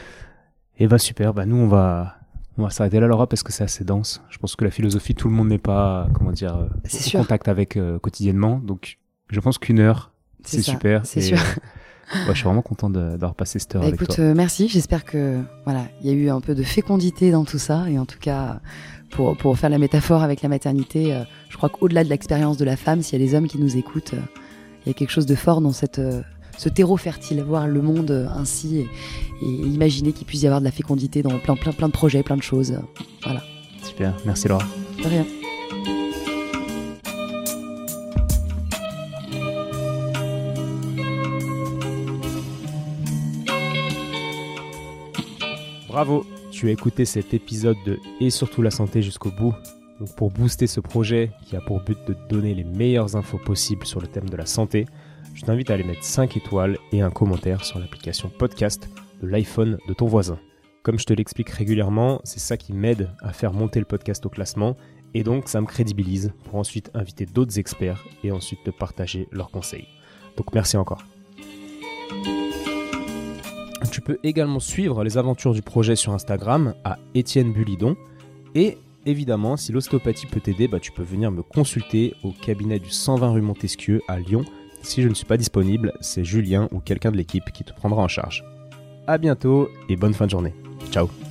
Et bah super, bah nous on va... On va s'arrêter là, Laura, parce que c'est assez dense. Je pense que la philosophie, tout le monde n'est pas, comment dire, euh, c'est en sûr. contact avec euh, quotidiennement. Donc, je pense qu'une heure, c'est, c'est super. C'est et, sûr. Euh, ouais, je suis vraiment content de, d'avoir passé cette heure bah, avec écoute, toi. Euh, merci. J'espère que voilà, il y a eu un peu de fécondité dans tout ça, et en tout cas, pour pour faire la métaphore avec la maternité, euh, je crois qu'au-delà de l'expérience de la femme, s'il y a des hommes qui nous écoutent, euh, il y a quelque chose de fort dans cette euh, ce terreau fertile, voir le monde ainsi et, et imaginer qu'il puisse y avoir de la fécondité dans plein, plein, plein de projets, plein de choses. Voilà. Super, merci Laura. De rien. Bravo, tu as écouté cet épisode de Et surtout la santé jusqu'au bout. Donc pour booster ce projet qui a pour but de te donner les meilleures infos possibles sur le thème de la santé, je t'invite à aller mettre cinq étoiles et un commentaire sur l'application podcast de l'iPhone de ton voisin. Comme je te l'explique régulièrement, c'est ça qui m'aide à faire monter le podcast au classement et donc ça me crédibilise pour ensuite inviter d'autres experts et ensuite te partager leurs conseils. Donc merci encore. Tu peux également suivre les aventures du projet sur Instagram à Étienne Bulidon et évidemment, si l'ostéopathie peut t'aider, bah, tu peux venir me consulter au cabinet du cent vingt rue Montesquieu à Lyon. Si je ne suis pas disponible, c'est Julien ou quelqu'un de l'équipe qui te prendra en charge. À bientôt et bonne fin de journée. Ciao.